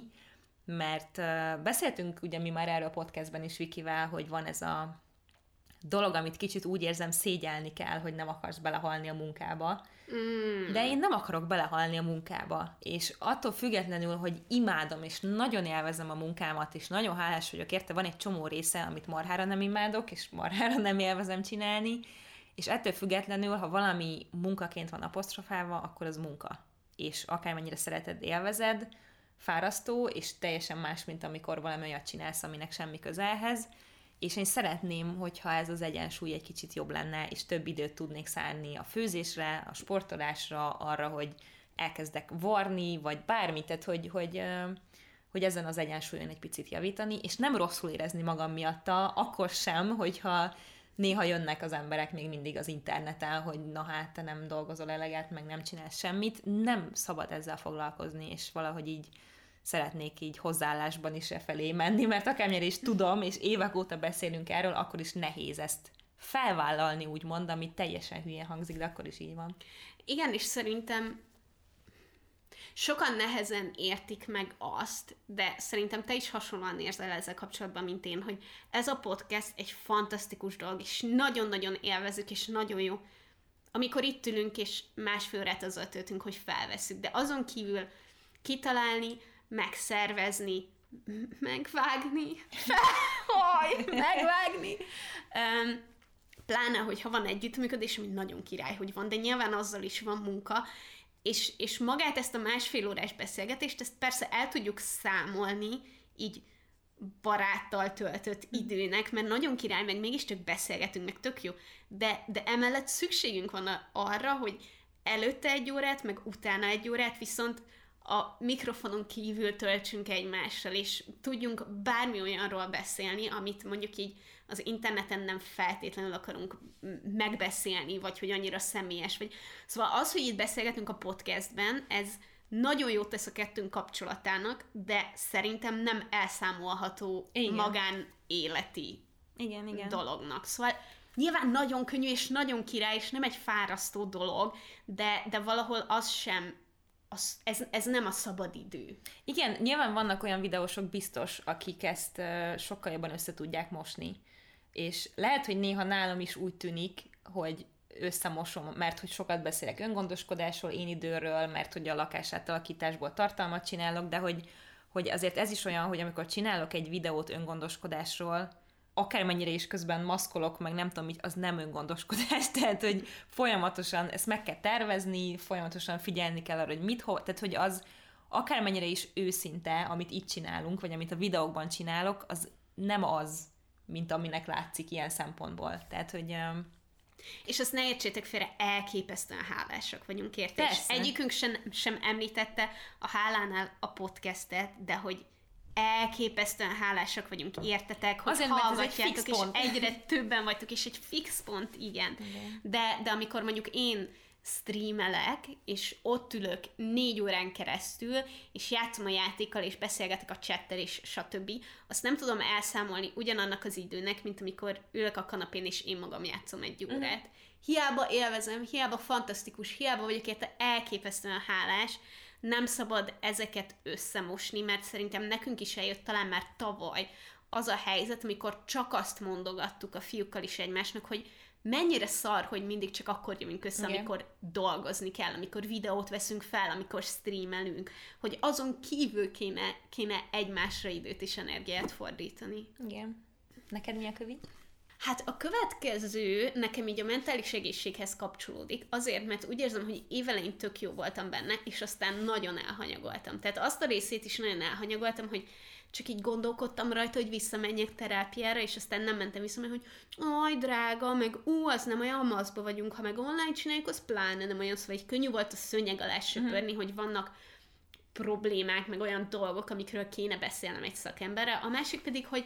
mert uh, beszéltünk ugye mi már erről a podcastben is Vikivel, hogy van ez a dolog, amit kicsit úgy érzem, szégyelni kell, hogy nem akarsz belehalni a munkába. Mm. De én nem akarok belehalni a munkába. És attól függetlenül, hogy imádom, és nagyon élvezem a munkámat, és nagyon hálás vagyok érte, van egy csomó része, amit marhára nem imádok, és marhára nem élvezem csinálni, és ettől függetlenül, ha valami munkaként van apostrofálva, akkor az munka. És akármennyire szereted, élvezed, fárasztó, és teljesen más, mint amikor valami olyat csinálsz, aminek semmi közelhez. És én szeretném, hogyha ez az egyensúly egy kicsit jobb lenne, és több időt tudnék szánni a főzésre, a sportolásra, arra, hogy elkezdek varni, vagy bármit, tehát hogy, hogy, hogy ezen az egyensúlyon egy picit javítani, és nem rosszul érezni magam miatta, akkor sem, hogyha néha jönnek az emberek még mindig az interneten, hogy na hát, te nem dolgozol eleget, meg nem csinálsz semmit, nem szabad ezzel foglalkozni, és valahogy így szeretnék így hozzáállásban is e felé menni, mert akármilyen is tudom, és évek óta beszélünk erről, akkor is nehéz ezt felvállalni, úgymond, ami teljesen hülye hangzik, de akkor is így van. Igen, és szerintem sokan nehezen értik meg azt, de szerintem te is hasonlóan érzel ezzel kapcsolatban, mint én, hogy ez a podcast egy fantasztikus dolog, és nagyon-nagyon élvezük, és nagyon jó, amikor itt ülünk, és másfél órát azzal töltünk, hogy felveszünk, de azon kívül kitalálni, megszervezni, megvágni, haj, megvágni, um, pláne, hogyha van együttműködés, ami nagyon király, hogy van, de nyilván azzal is van munka, és, és magát ezt a másfél órás beszélgetést, ezt persze el tudjuk számolni, így baráttal töltött időnek, mert nagyon király, meg mégiscsak beszélgetünk, meg tök jó, de, de emellett szükségünk van a, arra, hogy előtte egy órát, meg utána egy órát, viszont a mikrofonon kívül töltsünk egymással, és tudjunk bármi olyanról beszélni, amit mondjuk így az interneten nem feltétlenül akarunk megbeszélni, vagy hogy annyira személyes. Vagy... Szóval az, hogy itt beszélgetünk a podcastben, ez nagyon jót tesz a kettőnk kapcsolatának, de szerintem nem elszámolható igen. magánéleti igen, igen. dolognak. Szóval nyilván nagyon könnyű, és nagyon király, és nem egy fárasztó dolog, de, de valahol az sem Az, ez, ez nem a szabad idő. Igen, nyilván vannak olyan videósok biztos, akik ezt uh, sokkal jobban össze tudják mosni. És lehet, hogy néha nálam is úgy tűnik, hogy összemosom, mert hogy sokat beszélek öngondoskodásról, én időről, mert hogy a lakásátalakításból tartalmat csinálok, de hogy, hogy azért ez is olyan, hogy amikor csinálok egy videót öngondoskodásról, akármennyire is közben maszkolok, meg nem tudom, az nem öngondoskodás, tehát, hogy folyamatosan ezt meg kell tervezni, folyamatosan figyelni kell arra, hogy mit, hol, tehát, hogy az akármennyire is őszinte, amit itt csinálunk, vagy amit a videókban csinálok, az nem az, mint aminek látszik ilyen szempontból. Tehát, hogy... És azt ne értsétek félre, elképesztően hálásak vagyunk érte. És egyikünk sem, sem említette a hálánál a podcastet, de hogy elképesztően hálásak vagyunk értetek, hogy azért, hallgatjátok, és egyre többen vagytok, és egy fix pont, igen. igen. De, de amikor mondjuk én streamelek, és ott ülök négy órán keresztül, és játszom a játékkal, és beszélgetek a chattel, és stb. Azt nem tudom elszámolni ugyanannak az időnek, mint amikor ülök a kanapén, és én magam játszom egy órát. Uh-huh. Hiába élvezem, hiába fantasztikus, hiába vagyok érte elképesztően hálás, nem szabad ezeket összemosni, mert szerintem nekünk is eljött talán már tavaly az a helyzet, amikor csak azt mondogattuk a fiúkkal is egymásnak, hogy mennyire szar, hogy mindig csak akkor jövünk össze, igen. amikor dolgozni kell, amikor videót veszünk fel, amikor streamelünk, hogy azon kívül kéne, kéne egymásra időt és energiát fordítani. Igen. Neked mi a kövi? Hát a következő nekem így a mentális egészséghez kapcsolódik, azért, mert úgy érzem, hogy évelején tök jó voltam benne, és aztán nagyon elhanyagoltam. Tehát azt a részét is nagyon elhanyagoltam, hogy csak így gondolkodtam rajta, hogy visszamenjek terápiára, és aztán nem mentem vissza, mert hogy aj, drága, meg ú, az nem olyan maszkba vagyunk, ha meg online csináljuk, az pláne nem olyan, szóval így könnyű volt a szőnyeg alá söpörni, mm. hogy vannak problémák, meg olyan dolgok, amikről kéne beszélnem egy szakemberrel. A másik pedig, hogy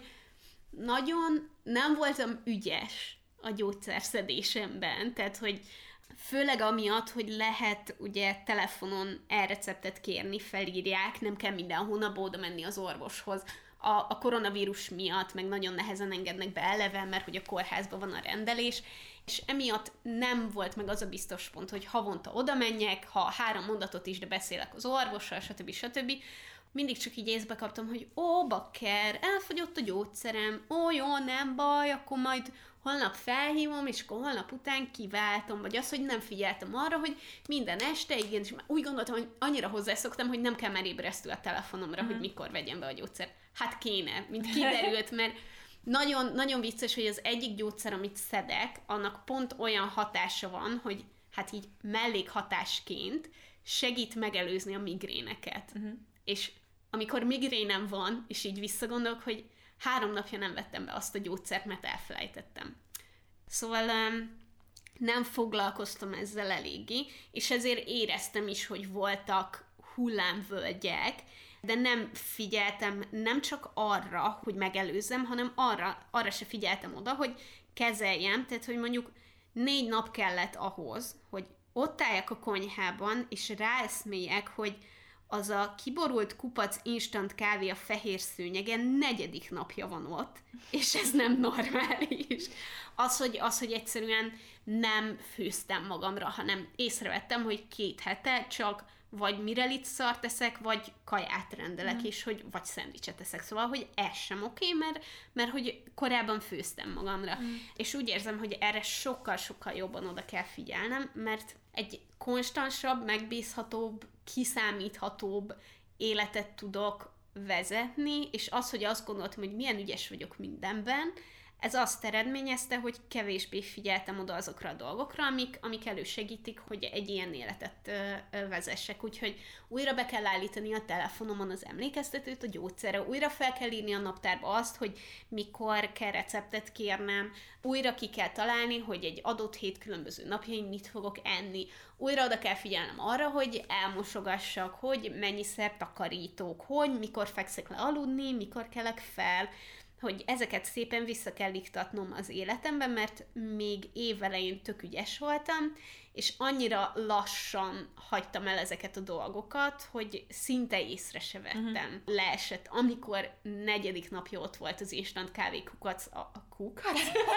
nagyon nem voltam ügyes a gyógyszerszedésemben, tehát, hogy főleg amiatt, hogy lehet ugye telefonon e-receptet kérni, felírják, nem kell minden hónapban oda menni az orvoshoz. A, a koronavírus miatt meg nagyon nehezen engednek be eleve, mert hogy a kórházban van a rendelés, és emiatt nem volt meg az a biztos pont, hogy havonta oda menjek, ha három mondatot is, de beszélek az orvossal, stb. stb. Mindig csak így észbe kaptam, hogy ó, bakker, elfogyott a gyógyszerem, ó, jó, nem baj, akkor majd holnap felhívom, és akkor holnap után kiváltom, vagy az, hogy nem figyeltem arra, hogy minden este, igen, és úgy gondoltam, hogy annyira hozzászoktam, hogy nem kell már ébresztő a telefonomra, mm. hogy mikor vegyem be a gyógyszert. Hát kéne, mint kiderült, mert nagyon, nagyon vicces, hogy az egyik gyógyszer, amit szedek, annak pont olyan hatása van, hogy hát így mellékhatásként segít megelőzni a migréneket. Mm. És amikor migrénem van, és így visszagondolok, hogy három napja nem vettem be azt a gyógyszert, mert elfelejtettem. Szóval um, nem foglalkoztam ezzel eléggé, és ezért éreztem is, hogy voltak hullámvölgyek, de nem figyeltem nem csak arra, hogy megelőzzem, hanem arra, arra se figyeltem oda, hogy kezeljem, tehát hogy mondjuk négy nap kellett ahhoz, hogy ott álljak a konyhában, és ráeszméljek, hogy az a kiborult kupac instant kávé a fehér szőnyegen negyedik napja van ott, és ez nem normális. Az, hogy, az, hogy egyszerűen nem főztem magamra, hanem észrevettem, hogy két hete csak vagy mirelit szart eszek, vagy kaját rendelek, mm. és hogy vagy szendvicset eszek. Szóval, hogy ez sem oké, mert, mert hogy korábban főztem magamra. Mm. És úgy érzem, hogy erre sokkal-sokkal jobban oda kell figyelnem, mert egy konstansabb, megbízhatóbb, kiszámíthatóbb életet tudok vezetni, és az, hogy azt gondoltam, hogy milyen ügyes vagyok mindenben, ez azt eredményezte, hogy kevésbé figyeltem oda azokra a dolgokra, amik, amik elősegítik, hogy egy ilyen életet ö, ö, vezessek. Úgyhogy újra be kell állítani a telefonomon az emlékeztetőt a gyógyszerre, újra fel kell írni a naptárba azt, hogy mikor kell receptet kérnem, újra ki kell találni, hogy egy adott hét különböző napjain mit fogok enni, újra oda kell figyelnem arra, hogy elmosogassak, hogy mennyiszer takarítok, hogy mikor fekszek le aludni, mikor kelek fel, hogy ezeket szépen vissza kell iktatnom az életemben, mert még évelején tök ügyes voltam, és annyira lassan hagytam el ezeket a dolgokat, hogy szinte észre se vettem. Uh-huh. Leesett, amikor negyedik napja ott volt az instant kávé kukac, a, a kukac?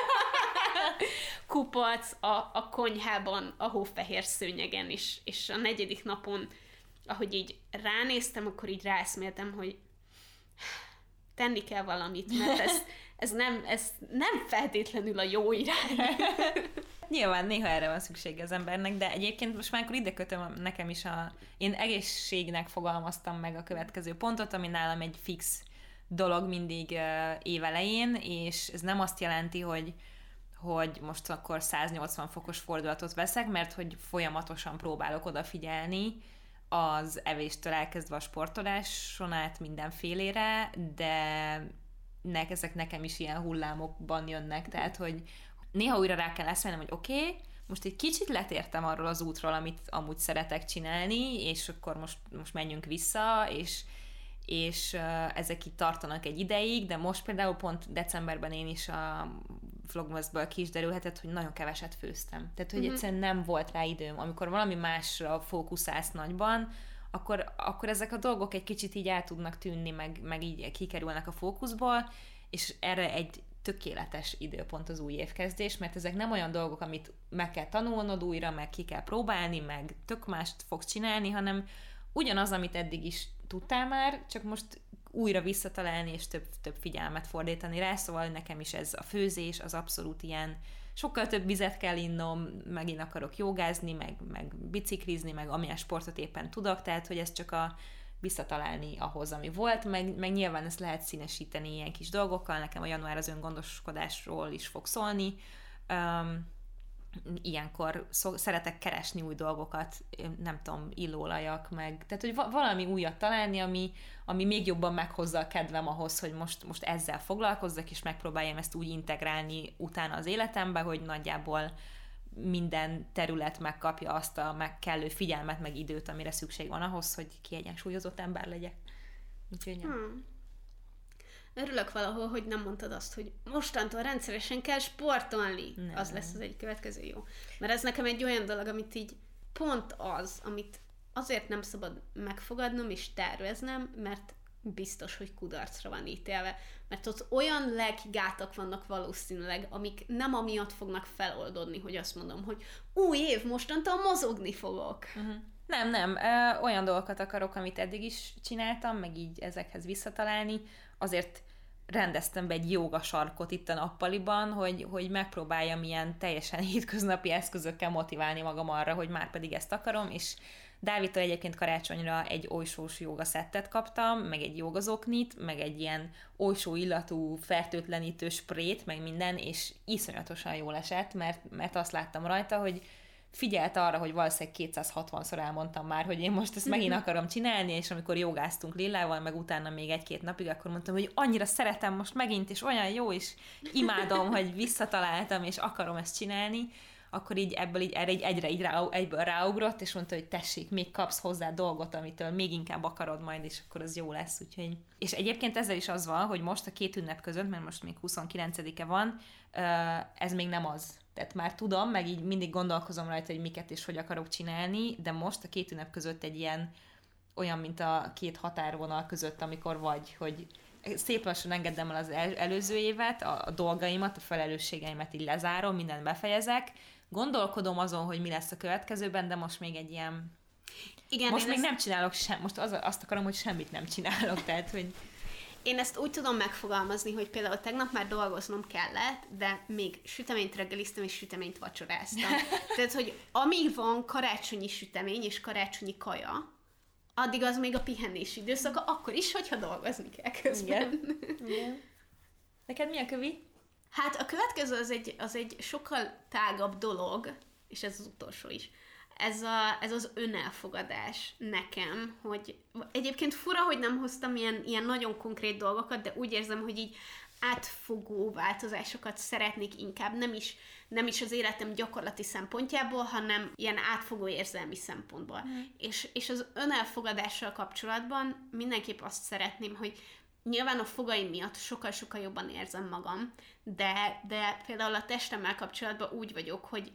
kupac a, a konyhában, a hófehér szőnyegen is, és a negyedik napon, ahogy így ránéztem, akkor így ráeszméltem, hogy tenni kell valamit, mert ez, ez, nem, ez nem feltétlenül a jó irány. Nyilván néha erre van szüksége az embernek, de egyébként most már akkor ide kötöm nekem is a... Én egészségnek fogalmaztam meg a következő pontot, ami nálam egy fix dolog mindig uh, évelején, és ez nem azt jelenti, hogy hogy most akkor száznyolcvan fokos fordulatot veszek, mert hogy folyamatosan próbálok odafigyelni az evéstől elkezdve a sportoláson át mindenfélére, de nek, ezek nekem is ilyen hullámokban jönnek, tehát, hogy néha újra rá kell eszélnem, hogy oké, okay, most egy kicsit letértem arról az útról, amit amúgy szeretek csinálni, és akkor most, most menjünk vissza, és, és uh, ezek itt tartanak egy ideig, de most például pont decemberben én is a vlogmasból ki is derülhetett, hogy nagyon keveset főztem. Tehát, hogy uh-huh. egyszerűen nem volt rá időm. Amikor valami másra fókuszálsz nagyban, akkor, akkor ezek a dolgok egy kicsit így el tudnak tűnni, meg, meg így kikerülnek a fókuszból, és erre egy tökéletes időpont az új évkezdés, mert ezek nem olyan dolgok, amit meg kell tanulnod újra, meg ki kell próbálni, meg tök mást fogsz csinálni, hanem ugyanaz, amit eddig is tudtál már, csak most újra visszatalálni, és több, több figyelmet fordítani rá, szóval nekem is ez a főzés, az abszolút ilyen, sokkal több vizet kell innom, megint akarok jogázni, meg, meg biciklizni, meg amilyen sportot éppen tudok, tehát, hogy ez csak a visszatalálni ahhoz, ami volt, meg, meg nyilván ezt lehet színesíteni ilyen kis dolgokkal, nekem a január az öngondoskodásról is fog szólni, um, ilyenkor szó, szeretek keresni új dolgokat, nem tudom, illóolajak, meg, tehát, hogy va- valami újat találni, ami, ami még jobban meghozza a kedvem ahhoz, hogy most, most ezzel foglalkozzak, és megpróbáljam ezt úgy integrálni utána az életembe, hogy nagyjából minden terület megkapja azt a meg kellő figyelmet, meg időt, amire szükség van ahhoz, hogy kiegyensúlyozott ember legyek. Úgyhogy hmm. Örülök valahol, hogy nem mondtad azt, hogy mostantól rendszeresen kell sportolni. Nem. Az lesz az egy következő jó. Mert ez nekem egy olyan dolog, amit így pont az, amit azért nem szabad megfogadnom és terveznem, mert biztos, hogy kudarcra van ítélve. Mert ott olyan lelki gátak vannak valószínűleg, amik nem amiatt fognak feloldódni, hogy azt mondom, hogy új év, mostantól mozogni fogok. Uh-huh. Nem, nem. Ö, olyan dolgokat akarok, amit eddig is csináltam, meg így ezekhez visszatalálni. Azért rendeztem be egy jóga sarkot itt a nappaliban, hogy, hogy megpróbáljam ilyen teljesen hétköznapi eszközökkel motiválni magam arra, hogy már pedig ezt akarom, és Dávidtól egyébként karácsonyra egy olysós jogaszettet kaptam, meg egy jogazoknit, meg egy ilyen olysó illatú fertőtlenítő sprét, meg minden, és iszonyatosan jól esett, mert, mert azt láttam rajta, hogy figyelt arra, hogy valószínűleg kétszázhatvanszor elmondtam már, hogy én most ezt megint akarom csinálni, és amikor jogáztunk Lillával, meg utána még egy-két napig, akkor mondtam, hogy annyira szeretem most megint, és olyan jó, és imádom, hogy visszataláltam, és akarom ezt csinálni, akkor így ebből így, erre így egyre így rá, egyből ráugrott, és mondta, hogy tessék, még kapsz hozzá dolgot, amitől még inkább akarod majd, és akkor az jó lesz, úgyhogy... És egyébként ezzel is az van, hogy most a két ünnep között, mert most még huszonkilencedike van, ez még nem az. Tehát már tudom, meg így mindig gondolkozom rajta, hogy miket és hogy akarok csinálni, de most a két ünnep között egy ilyen, olyan, mint a két határvonal között, amikor vagy, hogy szép lassan engedem el az el- előző évet, a, a dolgaimat, a felelősségeimet így lezárom, mindent befejezek, gondolkodom azon, hogy mi lesz a következőben, de most még egy ilyen... Igen, most még ezt... nem csinálok sem, most az, azt akarom, hogy semmit nem csinálok, tehát, hogy... Én ezt úgy tudom megfogalmazni, hogy például tegnap már dolgoznom kellett, de még süteményt reggeliztem és süteményt vacsoráztam. Tehát, hogy amíg van karácsonyi sütemény és karácsonyi kaja, addig az még a pihenési időszaka, akkor is, hogyha dolgozni kell közben. Igen. Igen. Neked mi a kövi? Hát a következő az egy, az egy sokkal tágabb dolog, és ez az utolsó is. Ez, a, ez az önelfogadás nekem, hogy egyébként fura, hogy nem hoztam ilyen, ilyen nagyon konkrét dolgokat, de úgy érzem, hogy így átfogó változásokat szeretnék inkább, nem is, nem is az életem gyakorlati szempontjából, hanem ilyen átfogó érzelmi szempontból. Mm. És, és az önelfogadással kapcsolatban mindenképp azt szeretném, hogy nyilván a fogaim miatt sokkal-sokkal jobban érzem magam, de, de például a testemmel kapcsolatban úgy vagyok, hogy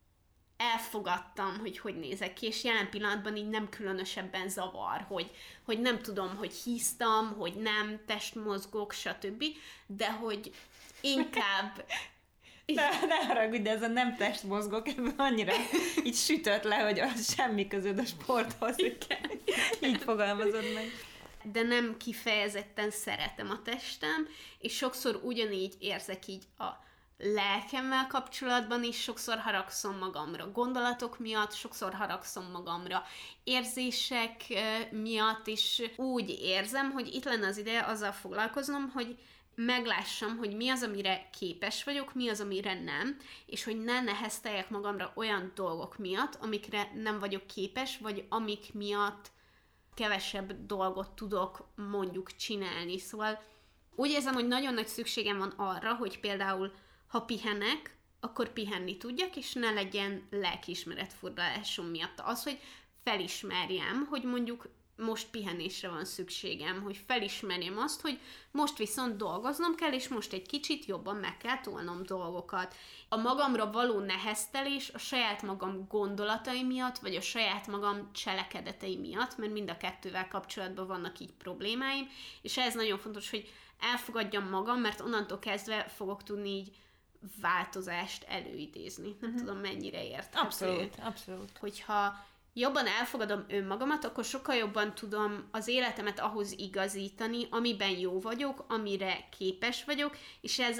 elfogadtam, hogy hogy nézek ki, és jelen pillanatban így nem különösebben zavar, hogy, hogy nem tudom, hogy híztam, hogy nem, testmozgok, stb., de hogy inkább... Ne, ne haragudj, de ez a nem testmozgok, ebből annyira így sütött le, hogy az semmi között a sporthoz. Igen. Így fogalmazod meg. De nem kifejezetten szeretem a testem, és sokszor ugyanígy érzek így a lelkemmel kapcsolatban is, sokszor haragszom magamra gondolatok miatt, sokszor haragszom magamra érzések miatt, és úgy érzem, hogy itt lenne az ideje azzal foglalkoznom, hogy meglássam, hogy mi az, amire képes vagyok, mi az, amire nem, és hogy ne nehezteljek magamra olyan dolgok miatt, amikre nem vagyok képes, vagy amik miatt kevesebb dolgot tudok mondjuk csinálni. Szóval úgy érzem, hogy nagyon nagy szükségem van arra, hogy például ha pihenek, akkor pihenni tudjak, és ne legyen lelkiismeretfurdalásom miatt. Az, hogy felismerjem, hogy mondjuk most pihenésre van szükségem, hogy felismerjem azt, hogy most viszont dolgoznom kell, és most egy kicsit jobban meg kell tolnom dolgokat. A magamra való neheztelés a saját magam gondolatai miatt, vagy a saját magam cselekedetei miatt, mert mind a kettővel kapcsolatban vannak így problémáim, és ez nagyon fontos, hogy elfogadjam magam, mert onnantól kezdve fogok tudni így változást előidézni. Nem uh-huh. tudom, mennyire érthető. Abszolút, abszolút. Hogyha jobban elfogadom önmagamat, akkor sokkal jobban tudom az életemet ahhoz igazítani, amiben jó vagyok, amire képes vagyok, és ez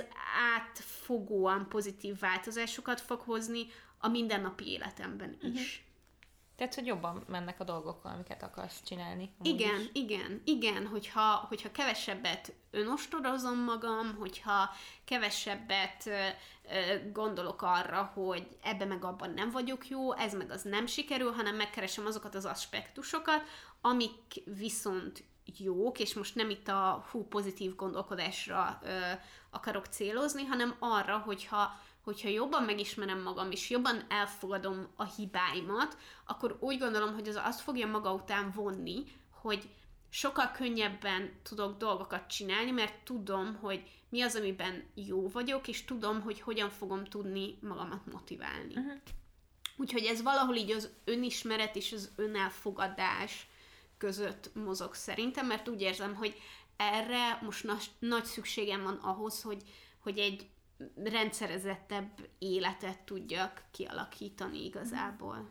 átfogóan pozitív változásokat fog hozni a mindennapi életemben is. Tehát, hogy jobban mennek a dolgok, amiket akarsz csinálni. Igen, is. igen, igen, hogyha, hogyha kevesebbet önostorozom magam, hogyha kevesebbet ö, ö, gondolok arra, hogy ebbe meg abban nem vagyok jó, ez meg az nem sikerül, hanem megkeresem azokat az aspektusokat, amik viszont jók, és most nem itt a hú pozitív gondolkodásra ö, akarok célozni, hanem arra, hogyha hogyha jobban megismerem magam, és jobban elfogadom a hibáimat, akkor úgy gondolom, hogy az azt fogja maga után vonni, hogy sokkal könnyebben tudok dolgokat csinálni, mert tudom, hogy mi az, amiben jó vagyok, és tudom, hogy hogyan fogom tudni magamat motiválni. Uh-huh. Úgyhogy ez valahol így az önismeret és az önelfogadás között mozog szerintem, mert úgy érzem, hogy erre most na- nagy szükségem van ahhoz, hogy, hogy egy rendszerezettebb életet tudjak kialakítani igazából.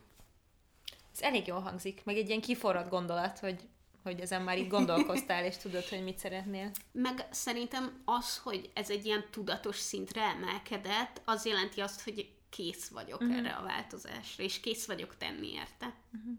Ez elég jól hangzik, meg egy ilyen kiforrott gondolat, hogy, hogy ezen már így gondolkoztál, és tudod, hogy mit szeretnél. Meg szerintem az, hogy ez egy ilyen tudatos szintre emelkedett, az jelenti azt, hogy kész vagyok uh-huh. erre a változásra, és kész vagyok tenni érte. Uh-huh.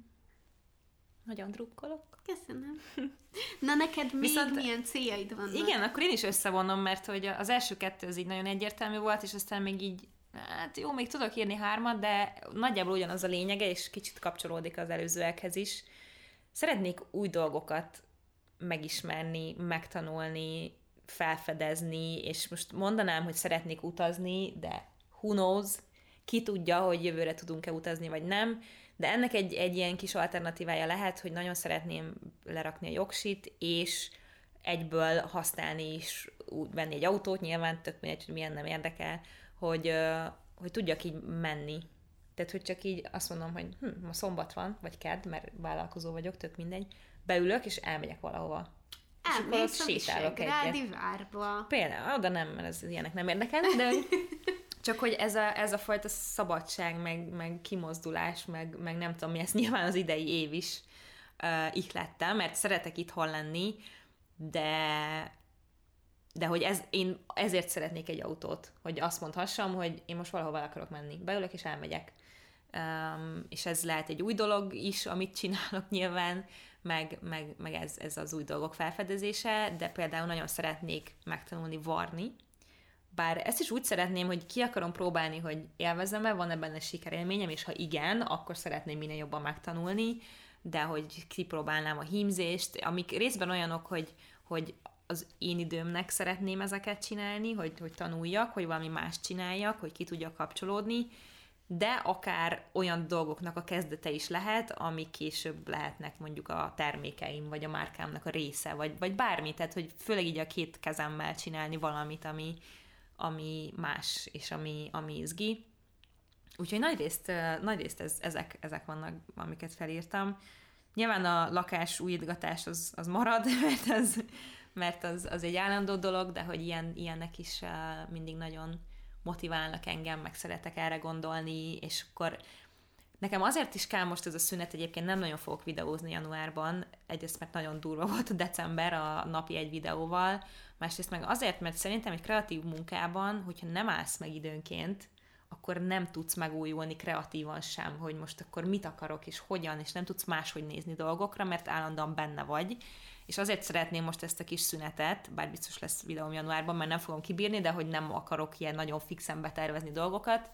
Nagyon drukkolok. Köszönöm. Na neked még Viszont, milyen céljaid vannak? Igen, akkor én is összevonom, mert hogy az első kettő az így nagyon egyértelmű volt, és aztán még így, hát jó, még tudok írni hármat, de nagyjából ugyanaz a lényege, és kicsit kapcsolódik az előzőekhez is. Szeretnék új dolgokat megismerni, megtanulni, felfedezni, és most mondanám, hogy szeretnék utazni, de who knows, ki tudja, hogy jövőre tudunk-e utazni, vagy nem. De ennek egy, egy ilyen kis alternatívája lehet, hogy nagyon szeretném lerakni a jogsit, és egyből használni is, úgy venni egy autót, nyilván tök mindegy, hogy milyen nem érdekel, hogy, hogy tudjak így menni. Tehát, hogy csak így azt mondom, hogy hm, ma szombat van, vagy kedd, mert vállalkozó vagyok, tök mindegy, beülök, és elmegyek valahova. Elmész a Visegrádi várba. Például, oda nem, mert ez ilyenek nem érdekel, de... Csak hogy ez a, ez a fajta szabadság, meg, meg kimozdulás, meg, meg nem tudom mi, ezt nyilván az idei év is uh, ihlettem, mert szeretek itthon lenni, de, de hogy ez, én ezért szeretnék egy autót, hogy azt mondhassam, hogy én most valahova akarok menni. Beülök és elmegyek. Um, és ez lehet egy új dolog is, amit csinálok nyilván, meg, meg, meg ez, ez az új dolgok felfedezése, de például nagyon szeretnék megtanulni varni. Bár ezt is úgy szeretném, hogy ki akarom próbálni, hogy élvezem-e, van-e benne sikerélményem, és ha igen, akkor szeretném minél jobban megtanulni, de hogy kipróbálnám a hímzést, amik részben olyanok, hogy, hogy az én időmnek szeretném ezeket csinálni, hogy, hogy tanuljak, hogy valami más csináljak, hogy ki tudjak kapcsolódni, de akár olyan dolgoknak a kezdete is lehet, amik később lehetnek mondjuk a termékeim, vagy a márkámnak a része, vagy, vagy bármi, tehát hogy főleg így a két kezemmel csinálni valamit, ami ami más, és ami, ami izgi. Úgyhogy nagyrészt, nagyrészt ez, ezek, ezek vannak, amiket felírtam. Nyilván a lakás újítgatás az, az marad, mert, az, mert az, az egy állandó dolog, de hogy ilyen, ilyenek is mindig nagyon motiválnak engem, meg szeretek erre gondolni, és akkor nekem azért is kell most ez a szünet, egyébként nem nagyon fogok videózni januárban, egyrészt mert nagyon durva volt a december a napi egy videóval, másrészt meg azért, mert szerintem egy kreatív munkában, hogyha nem állsz meg időnként, akkor nem tudsz megújulni kreatívan sem, hogy most akkor mit akarok, és hogyan, és nem tudsz máshogy nézni dolgokra, mert állandóan benne vagy. És azért szeretném most ezt a kis szünetet, bár biztos lesz videóm januárban, mert nem fogom kibírni, de hogy nem akarok ilyen nagyon fixen betervezni dolgokat,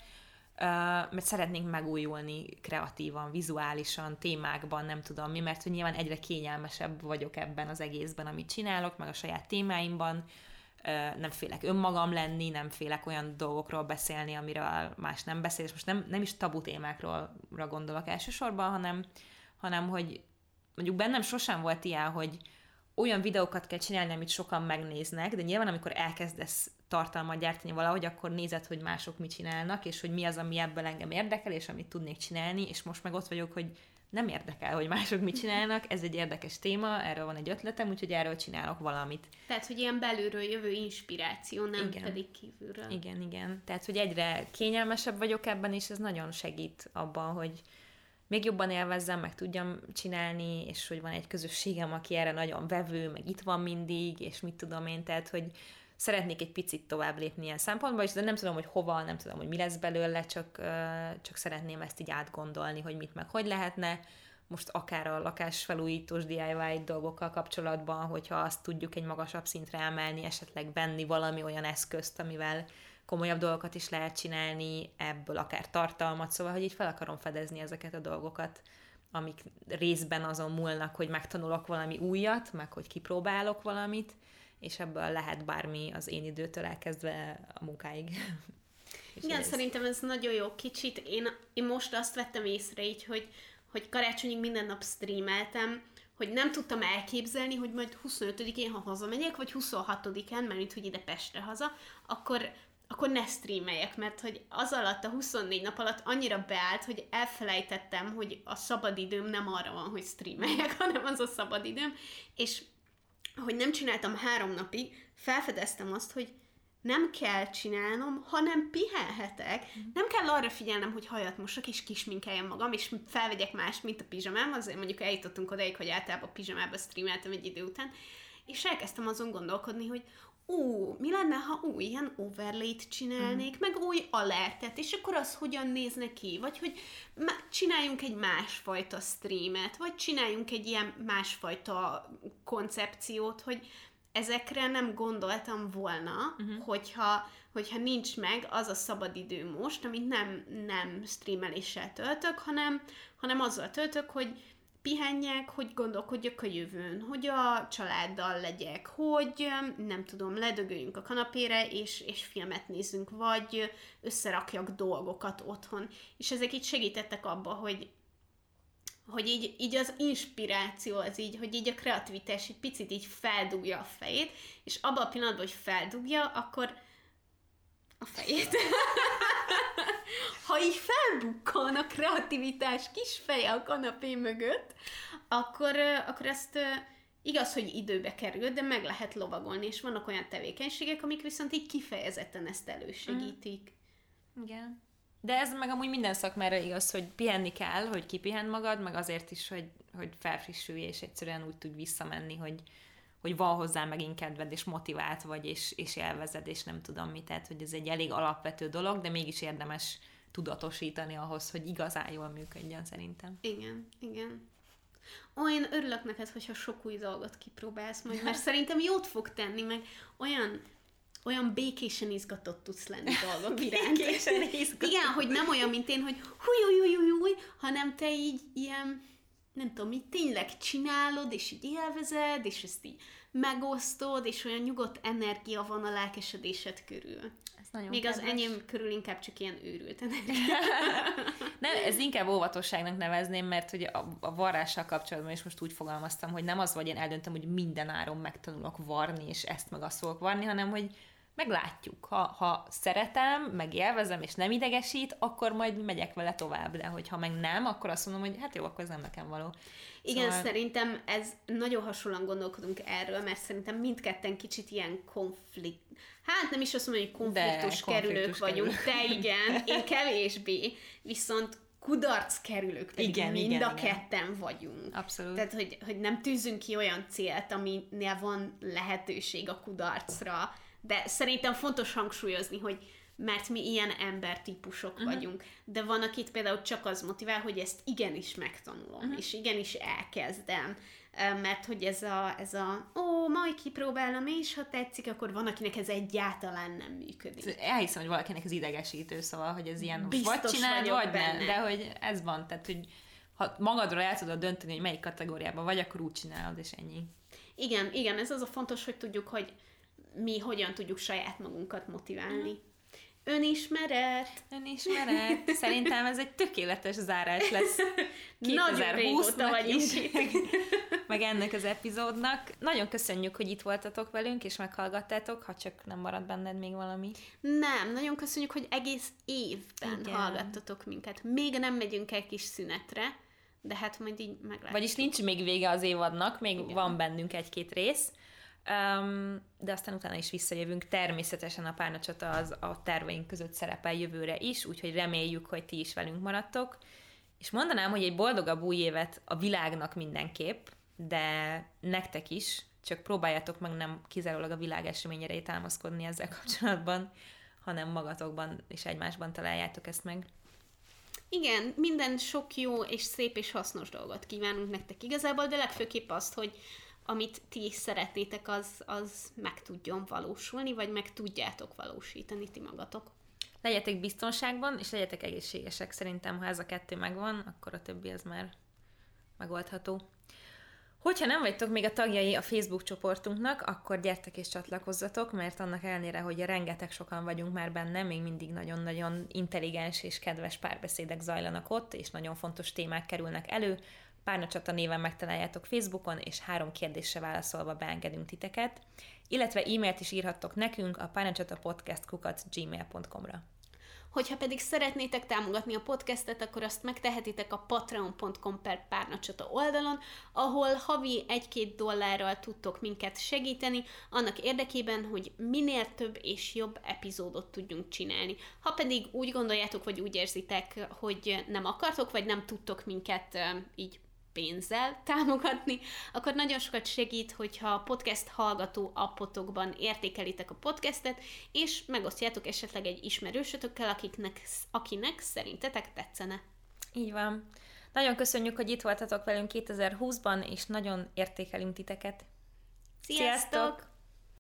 mert szeretnénk megújulni kreatívan, vizuálisan, témákban, nem tudom mi, mert hogy nyilván egyre kényelmesebb vagyok ebben az egészben, amit csinálok, meg a saját témáimban, nem félek önmagam lenni, nem félek olyan dolgokról beszélni, amiről más nem beszél, és most nem, nem is tabu témákról gondolok elsősorban, hanem, hanem hogy mondjuk bennem sosem volt ilyen, hogy olyan videókat kell csinálni, amit sokan megnéznek, de nyilván amikor elkezdesz tartalmat gyártani valahogy, akkor nézed, hogy mások mit csinálnak, és hogy mi az, ami ebből engem érdekel, és amit tudnék csinálni, és most meg ott vagyok, hogy nem érdekel, hogy mások mit csinálnak, ez egy érdekes téma, erről van egy ötletem, úgyhogy erről csinálok valamit. Tehát, hogy ilyen belülről jövő inspiráció, nem igen. pedig kívülről. Igen, igen. Tehát, hogy egyre kényelmesebb vagyok ebben, és ez nagyon segít abban, hogy még jobban élvezzem, meg tudjam csinálni, és hogy van egy közösségem, aki erre nagyon vevő, meg itt van mindig, és mit tudom én, tehát, hogy szeretnék egy picit tovább lépni ilyen szempontból, és de nem tudom, hogy hova, nem tudom, hogy mi lesz belőle, csak, csak szeretném ezt így átgondolni, hogy mit meg hogy lehetne. Most akár a lakásfelújítós dé i vaj dolgokkal kapcsolatban, hogyha azt tudjuk egy magasabb szintre emelni, esetleg venni valami olyan eszközt, amivel komolyabb dolgokat is lehet csinálni, ebből akár tartalmat, szóval, hogy így fel akarom fedezni ezeket a dolgokat, amik részben azon múlnak, hogy megtanulok valami újat, meg hogy kipróbálok valamit, és ebből lehet bármi az én időtől elkezdve a munkáig. Igen, ez... szerintem ez nagyon jó. Kicsit én, én most azt vettem észre így, hogy, hogy karácsonyig minden nap streameltem, hogy nem tudtam elképzelni, hogy majd huszonötödikén, ha hazamegyek, vagy huszonhatodikán, mert itt, hogy ide Pestre haza, akkor, akkor ne streameljek, mert hogy az alatt, a huszonnégy nap alatt annyira beállt, hogy elfelejtettem, hogy a szabadidőm nem arra van, hogy streameljek, hanem az a szabadidőm, és hogy nem csináltam három napig, felfedeztem azt, hogy nem kell csinálnom, hanem pihenhetek. Mm. Nem kell arra figyelnem, hogy hajat mosak, és kisminkeljem magam, és felvegyek mást, mint a pizsamám. Azért mondjuk eljutottunk odaig, hogy általában pizsamába streameltem egy idő után, és elkezdtem azon gondolkodni, hogy ó, mi lenne, ha új ilyen overlay-t csinálnék, mm. meg új alertet, és akkor az hogyan nézne ki? Vagy hogy csináljunk egy másfajta streamet, vagy csináljunk egy ilyen másfajta koncepciót, hogy ezekre nem gondoltam volna, uh-huh. hogyha, hogyha nincs meg az a szabadidő most, amit nem, nem streameléssel töltök, hanem, hanem azzal töltök, hogy pihenjek, hogy gondolkodjak a jövőn, hogy a családdal legyek, hogy nem tudom, ledögöljünk a kanapére, és, és filmet nézzünk, vagy összerakjak dolgokat otthon. És ezek így segítettek abba, hogy hogy így, így az inspiráció, az így, hogy így a kreativitás egy picit így feldugja a fejét, és abban a pillanatban, hogy feldugja, akkor a fejét. Ha így felbukkan a kreativitás kis feje a kanapé mögött, akkor, akkor ezt igaz, hogy időbe kerül, de meg lehet lovagolni, és vannak olyan tevékenységek, amik viszont így kifejezetten ezt elősegítik. Mm. Igen. De ez meg amúgy minden szakmára igaz, hogy pihenni kell, hogy kipihend magad, meg azért is, hogy, hogy felfrissülj, és egyszerűen úgy tudj visszamenni, hogy, hogy van hozzá megint kedved, és motivált vagy, és, és élvezed, és nem tudom mit. Tehát, hogy ez egy elég alapvető dolog, de mégis érdemes tudatosítani ahhoz, hogy igazán jól működjön szerintem. Igen, igen. Ó, én örülök neked, hogyha sok új dolgot kipróbálsz majd, mert szerintem jót fog tenni, meg olyan... olyan békésen izgatott tudsz lenni dolgok iránt. Békésen izgatott. Igen, hogy nem olyan, mint én, hogy húj, hanem te így ilyen, nem tudom, így tényleg csinálod, és így élvezed, és ezt így megosztod, és olyan nyugodt energia van a lelkesedésed körül. Ez nagyon Még kedves. Az enyém körül inkább csak ilyen őrült energia. Nem, ez inkább óvatosságnak nevezném, mert hogy a, a varrással kapcsolatban is most úgy fogalmaztam, hogy nem az, vagy én eldöntöm, hogy minden áron megtanulok varni, és ezt meg azt fogok varni, hanem hogy meglátjuk. Ha, ha szeretem, meg élvezem, és nem idegesít, akkor majd megyek vele tovább, de hogyha meg nem, akkor azt mondom, hogy hát jó, akkor ez nem nekem való. Igen, szóval... szerintem ez nagyon hasonlóan gondolkodunk erről, mert szerintem mindketten kicsit ilyen konflikt... Hát nem is azt mondom, hogy konfliktus de, kerülők konfliktus vagyunk, kerül. De igen, én kevésbé, viszont kudarc kerülők pedig igen, mind igen, a igen. ketten vagyunk. Abszolút. Tehát, hogy, hogy nem tűzünk ki olyan célt, aminél van lehetőség a kudarcra, de szerintem fontos hangsúlyozni, hogy mert mi ilyen embertípusok uh-huh. vagyunk, de van, akit például csak az motivál, hogy ezt igenis megtanulom, uh-huh. és igenis elkezdem, mert hogy ez a, ez a ó, majd kipróbálom, és ha tetszik, akkor van, akinek ez egyáltalán nem működik. Elhiszem, hogy valakinek ez idegesítő, szóval, hogy ez ilyen biztos vagy csináld, vagy benne. Nem, de hogy ez van, tehát, hogy ha magadról el tudod dönteni, hogy melyik kategóriában vagy, akkor úgy csinálod, és ennyi. Igen, igen, ez az a fontos, hogy tudjuk, hogy mi hogyan tudjuk saját magunkat motiválni. Mm. Önismeret! Önismeret! Szerintem ez egy tökéletes zárás lesz kétezer-húsznak is, meg, meg ennek az epizódnak. Nagyon köszönjük, hogy itt voltatok velünk, és meghallgattátok, ha csak nem marad benned még valami. Nem, nagyon köszönjük, hogy egész évben igen. hallgattatok minket. Még nem megyünk el kis szünetre, de hát majd így meglátjuk. Vagyis nincs még vége az évadnak, még igen. van bennünk egy-két rész. Um, de aztán utána is visszajövünk. Természetesen a Párnacsata az a terveink között szerepel jövőre is, úgyhogy reméljük, hogy ti is velünk maradtok. És mondanám, hogy egy boldogabb új évet a világnak mindenképp, de nektek is, csak próbáljátok meg nem kizárólag a világ eseményére támaszkodni ezzel kapcsolatban, hanem magatokban és egymásban találjátok ezt meg. Igen, minden sok jó és szép és hasznos dolgot kívánunk nektek igazából, de legfőképp azt, hogy amit ti is szeretnétek, az, az meg tudjon valósulni, vagy meg tudjátok valósítani ti magatok. Legyetek biztonságban, és legyetek egészségesek. Szerintem, ha ez a kettő megvan, akkor a többi az már megoldható. Hogyha nem vagytok még a tagjai a Facebook csoportunknak, akkor gyertek és csatlakozzatok, mert annak ellenére, hogy rengeteg sokan vagyunk már benne, még mindig nagyon-nagyon intelligens és kedves párbeszédek zajlanak ott, és nagyon fontos témák kerülnek elő. Párnacsata néven megtaláljátok Facebookon, és három kérdésre válaszolva beengedünk titeket, illetve e-mailt is írhattok nekünk a párnacsatapodcast kukac gmail pont com-ra. Hogyha pedig szeretnétek támogatni a podcastet, akkor azt megtehetitek a patreon pont com per párnacsata oldalon, ahol havi egy-két dollárral tudtok minket segíteni, annak érdekében, hogy minél több és jobb epizódot tudjunk csinálni. Ha pedig úgy gondoljátok, vagy úgy érzitek, hogy nem akartok, vagy nem tudtok minket így pénzzel támogatni, akkor nagyon sokat segít, hogyha a podcast hallgató appotokban értékelitek a podcastet, és megosztjátok esetleg egy ismerősötökkel, akiknek, akinek szerintetek tetszene. Így van. Nagyon köszönjük, hogy itt voltatok velünk kétezer-húszban, és nagyon értékelünk titeket. Sziasztok! Sziasztok!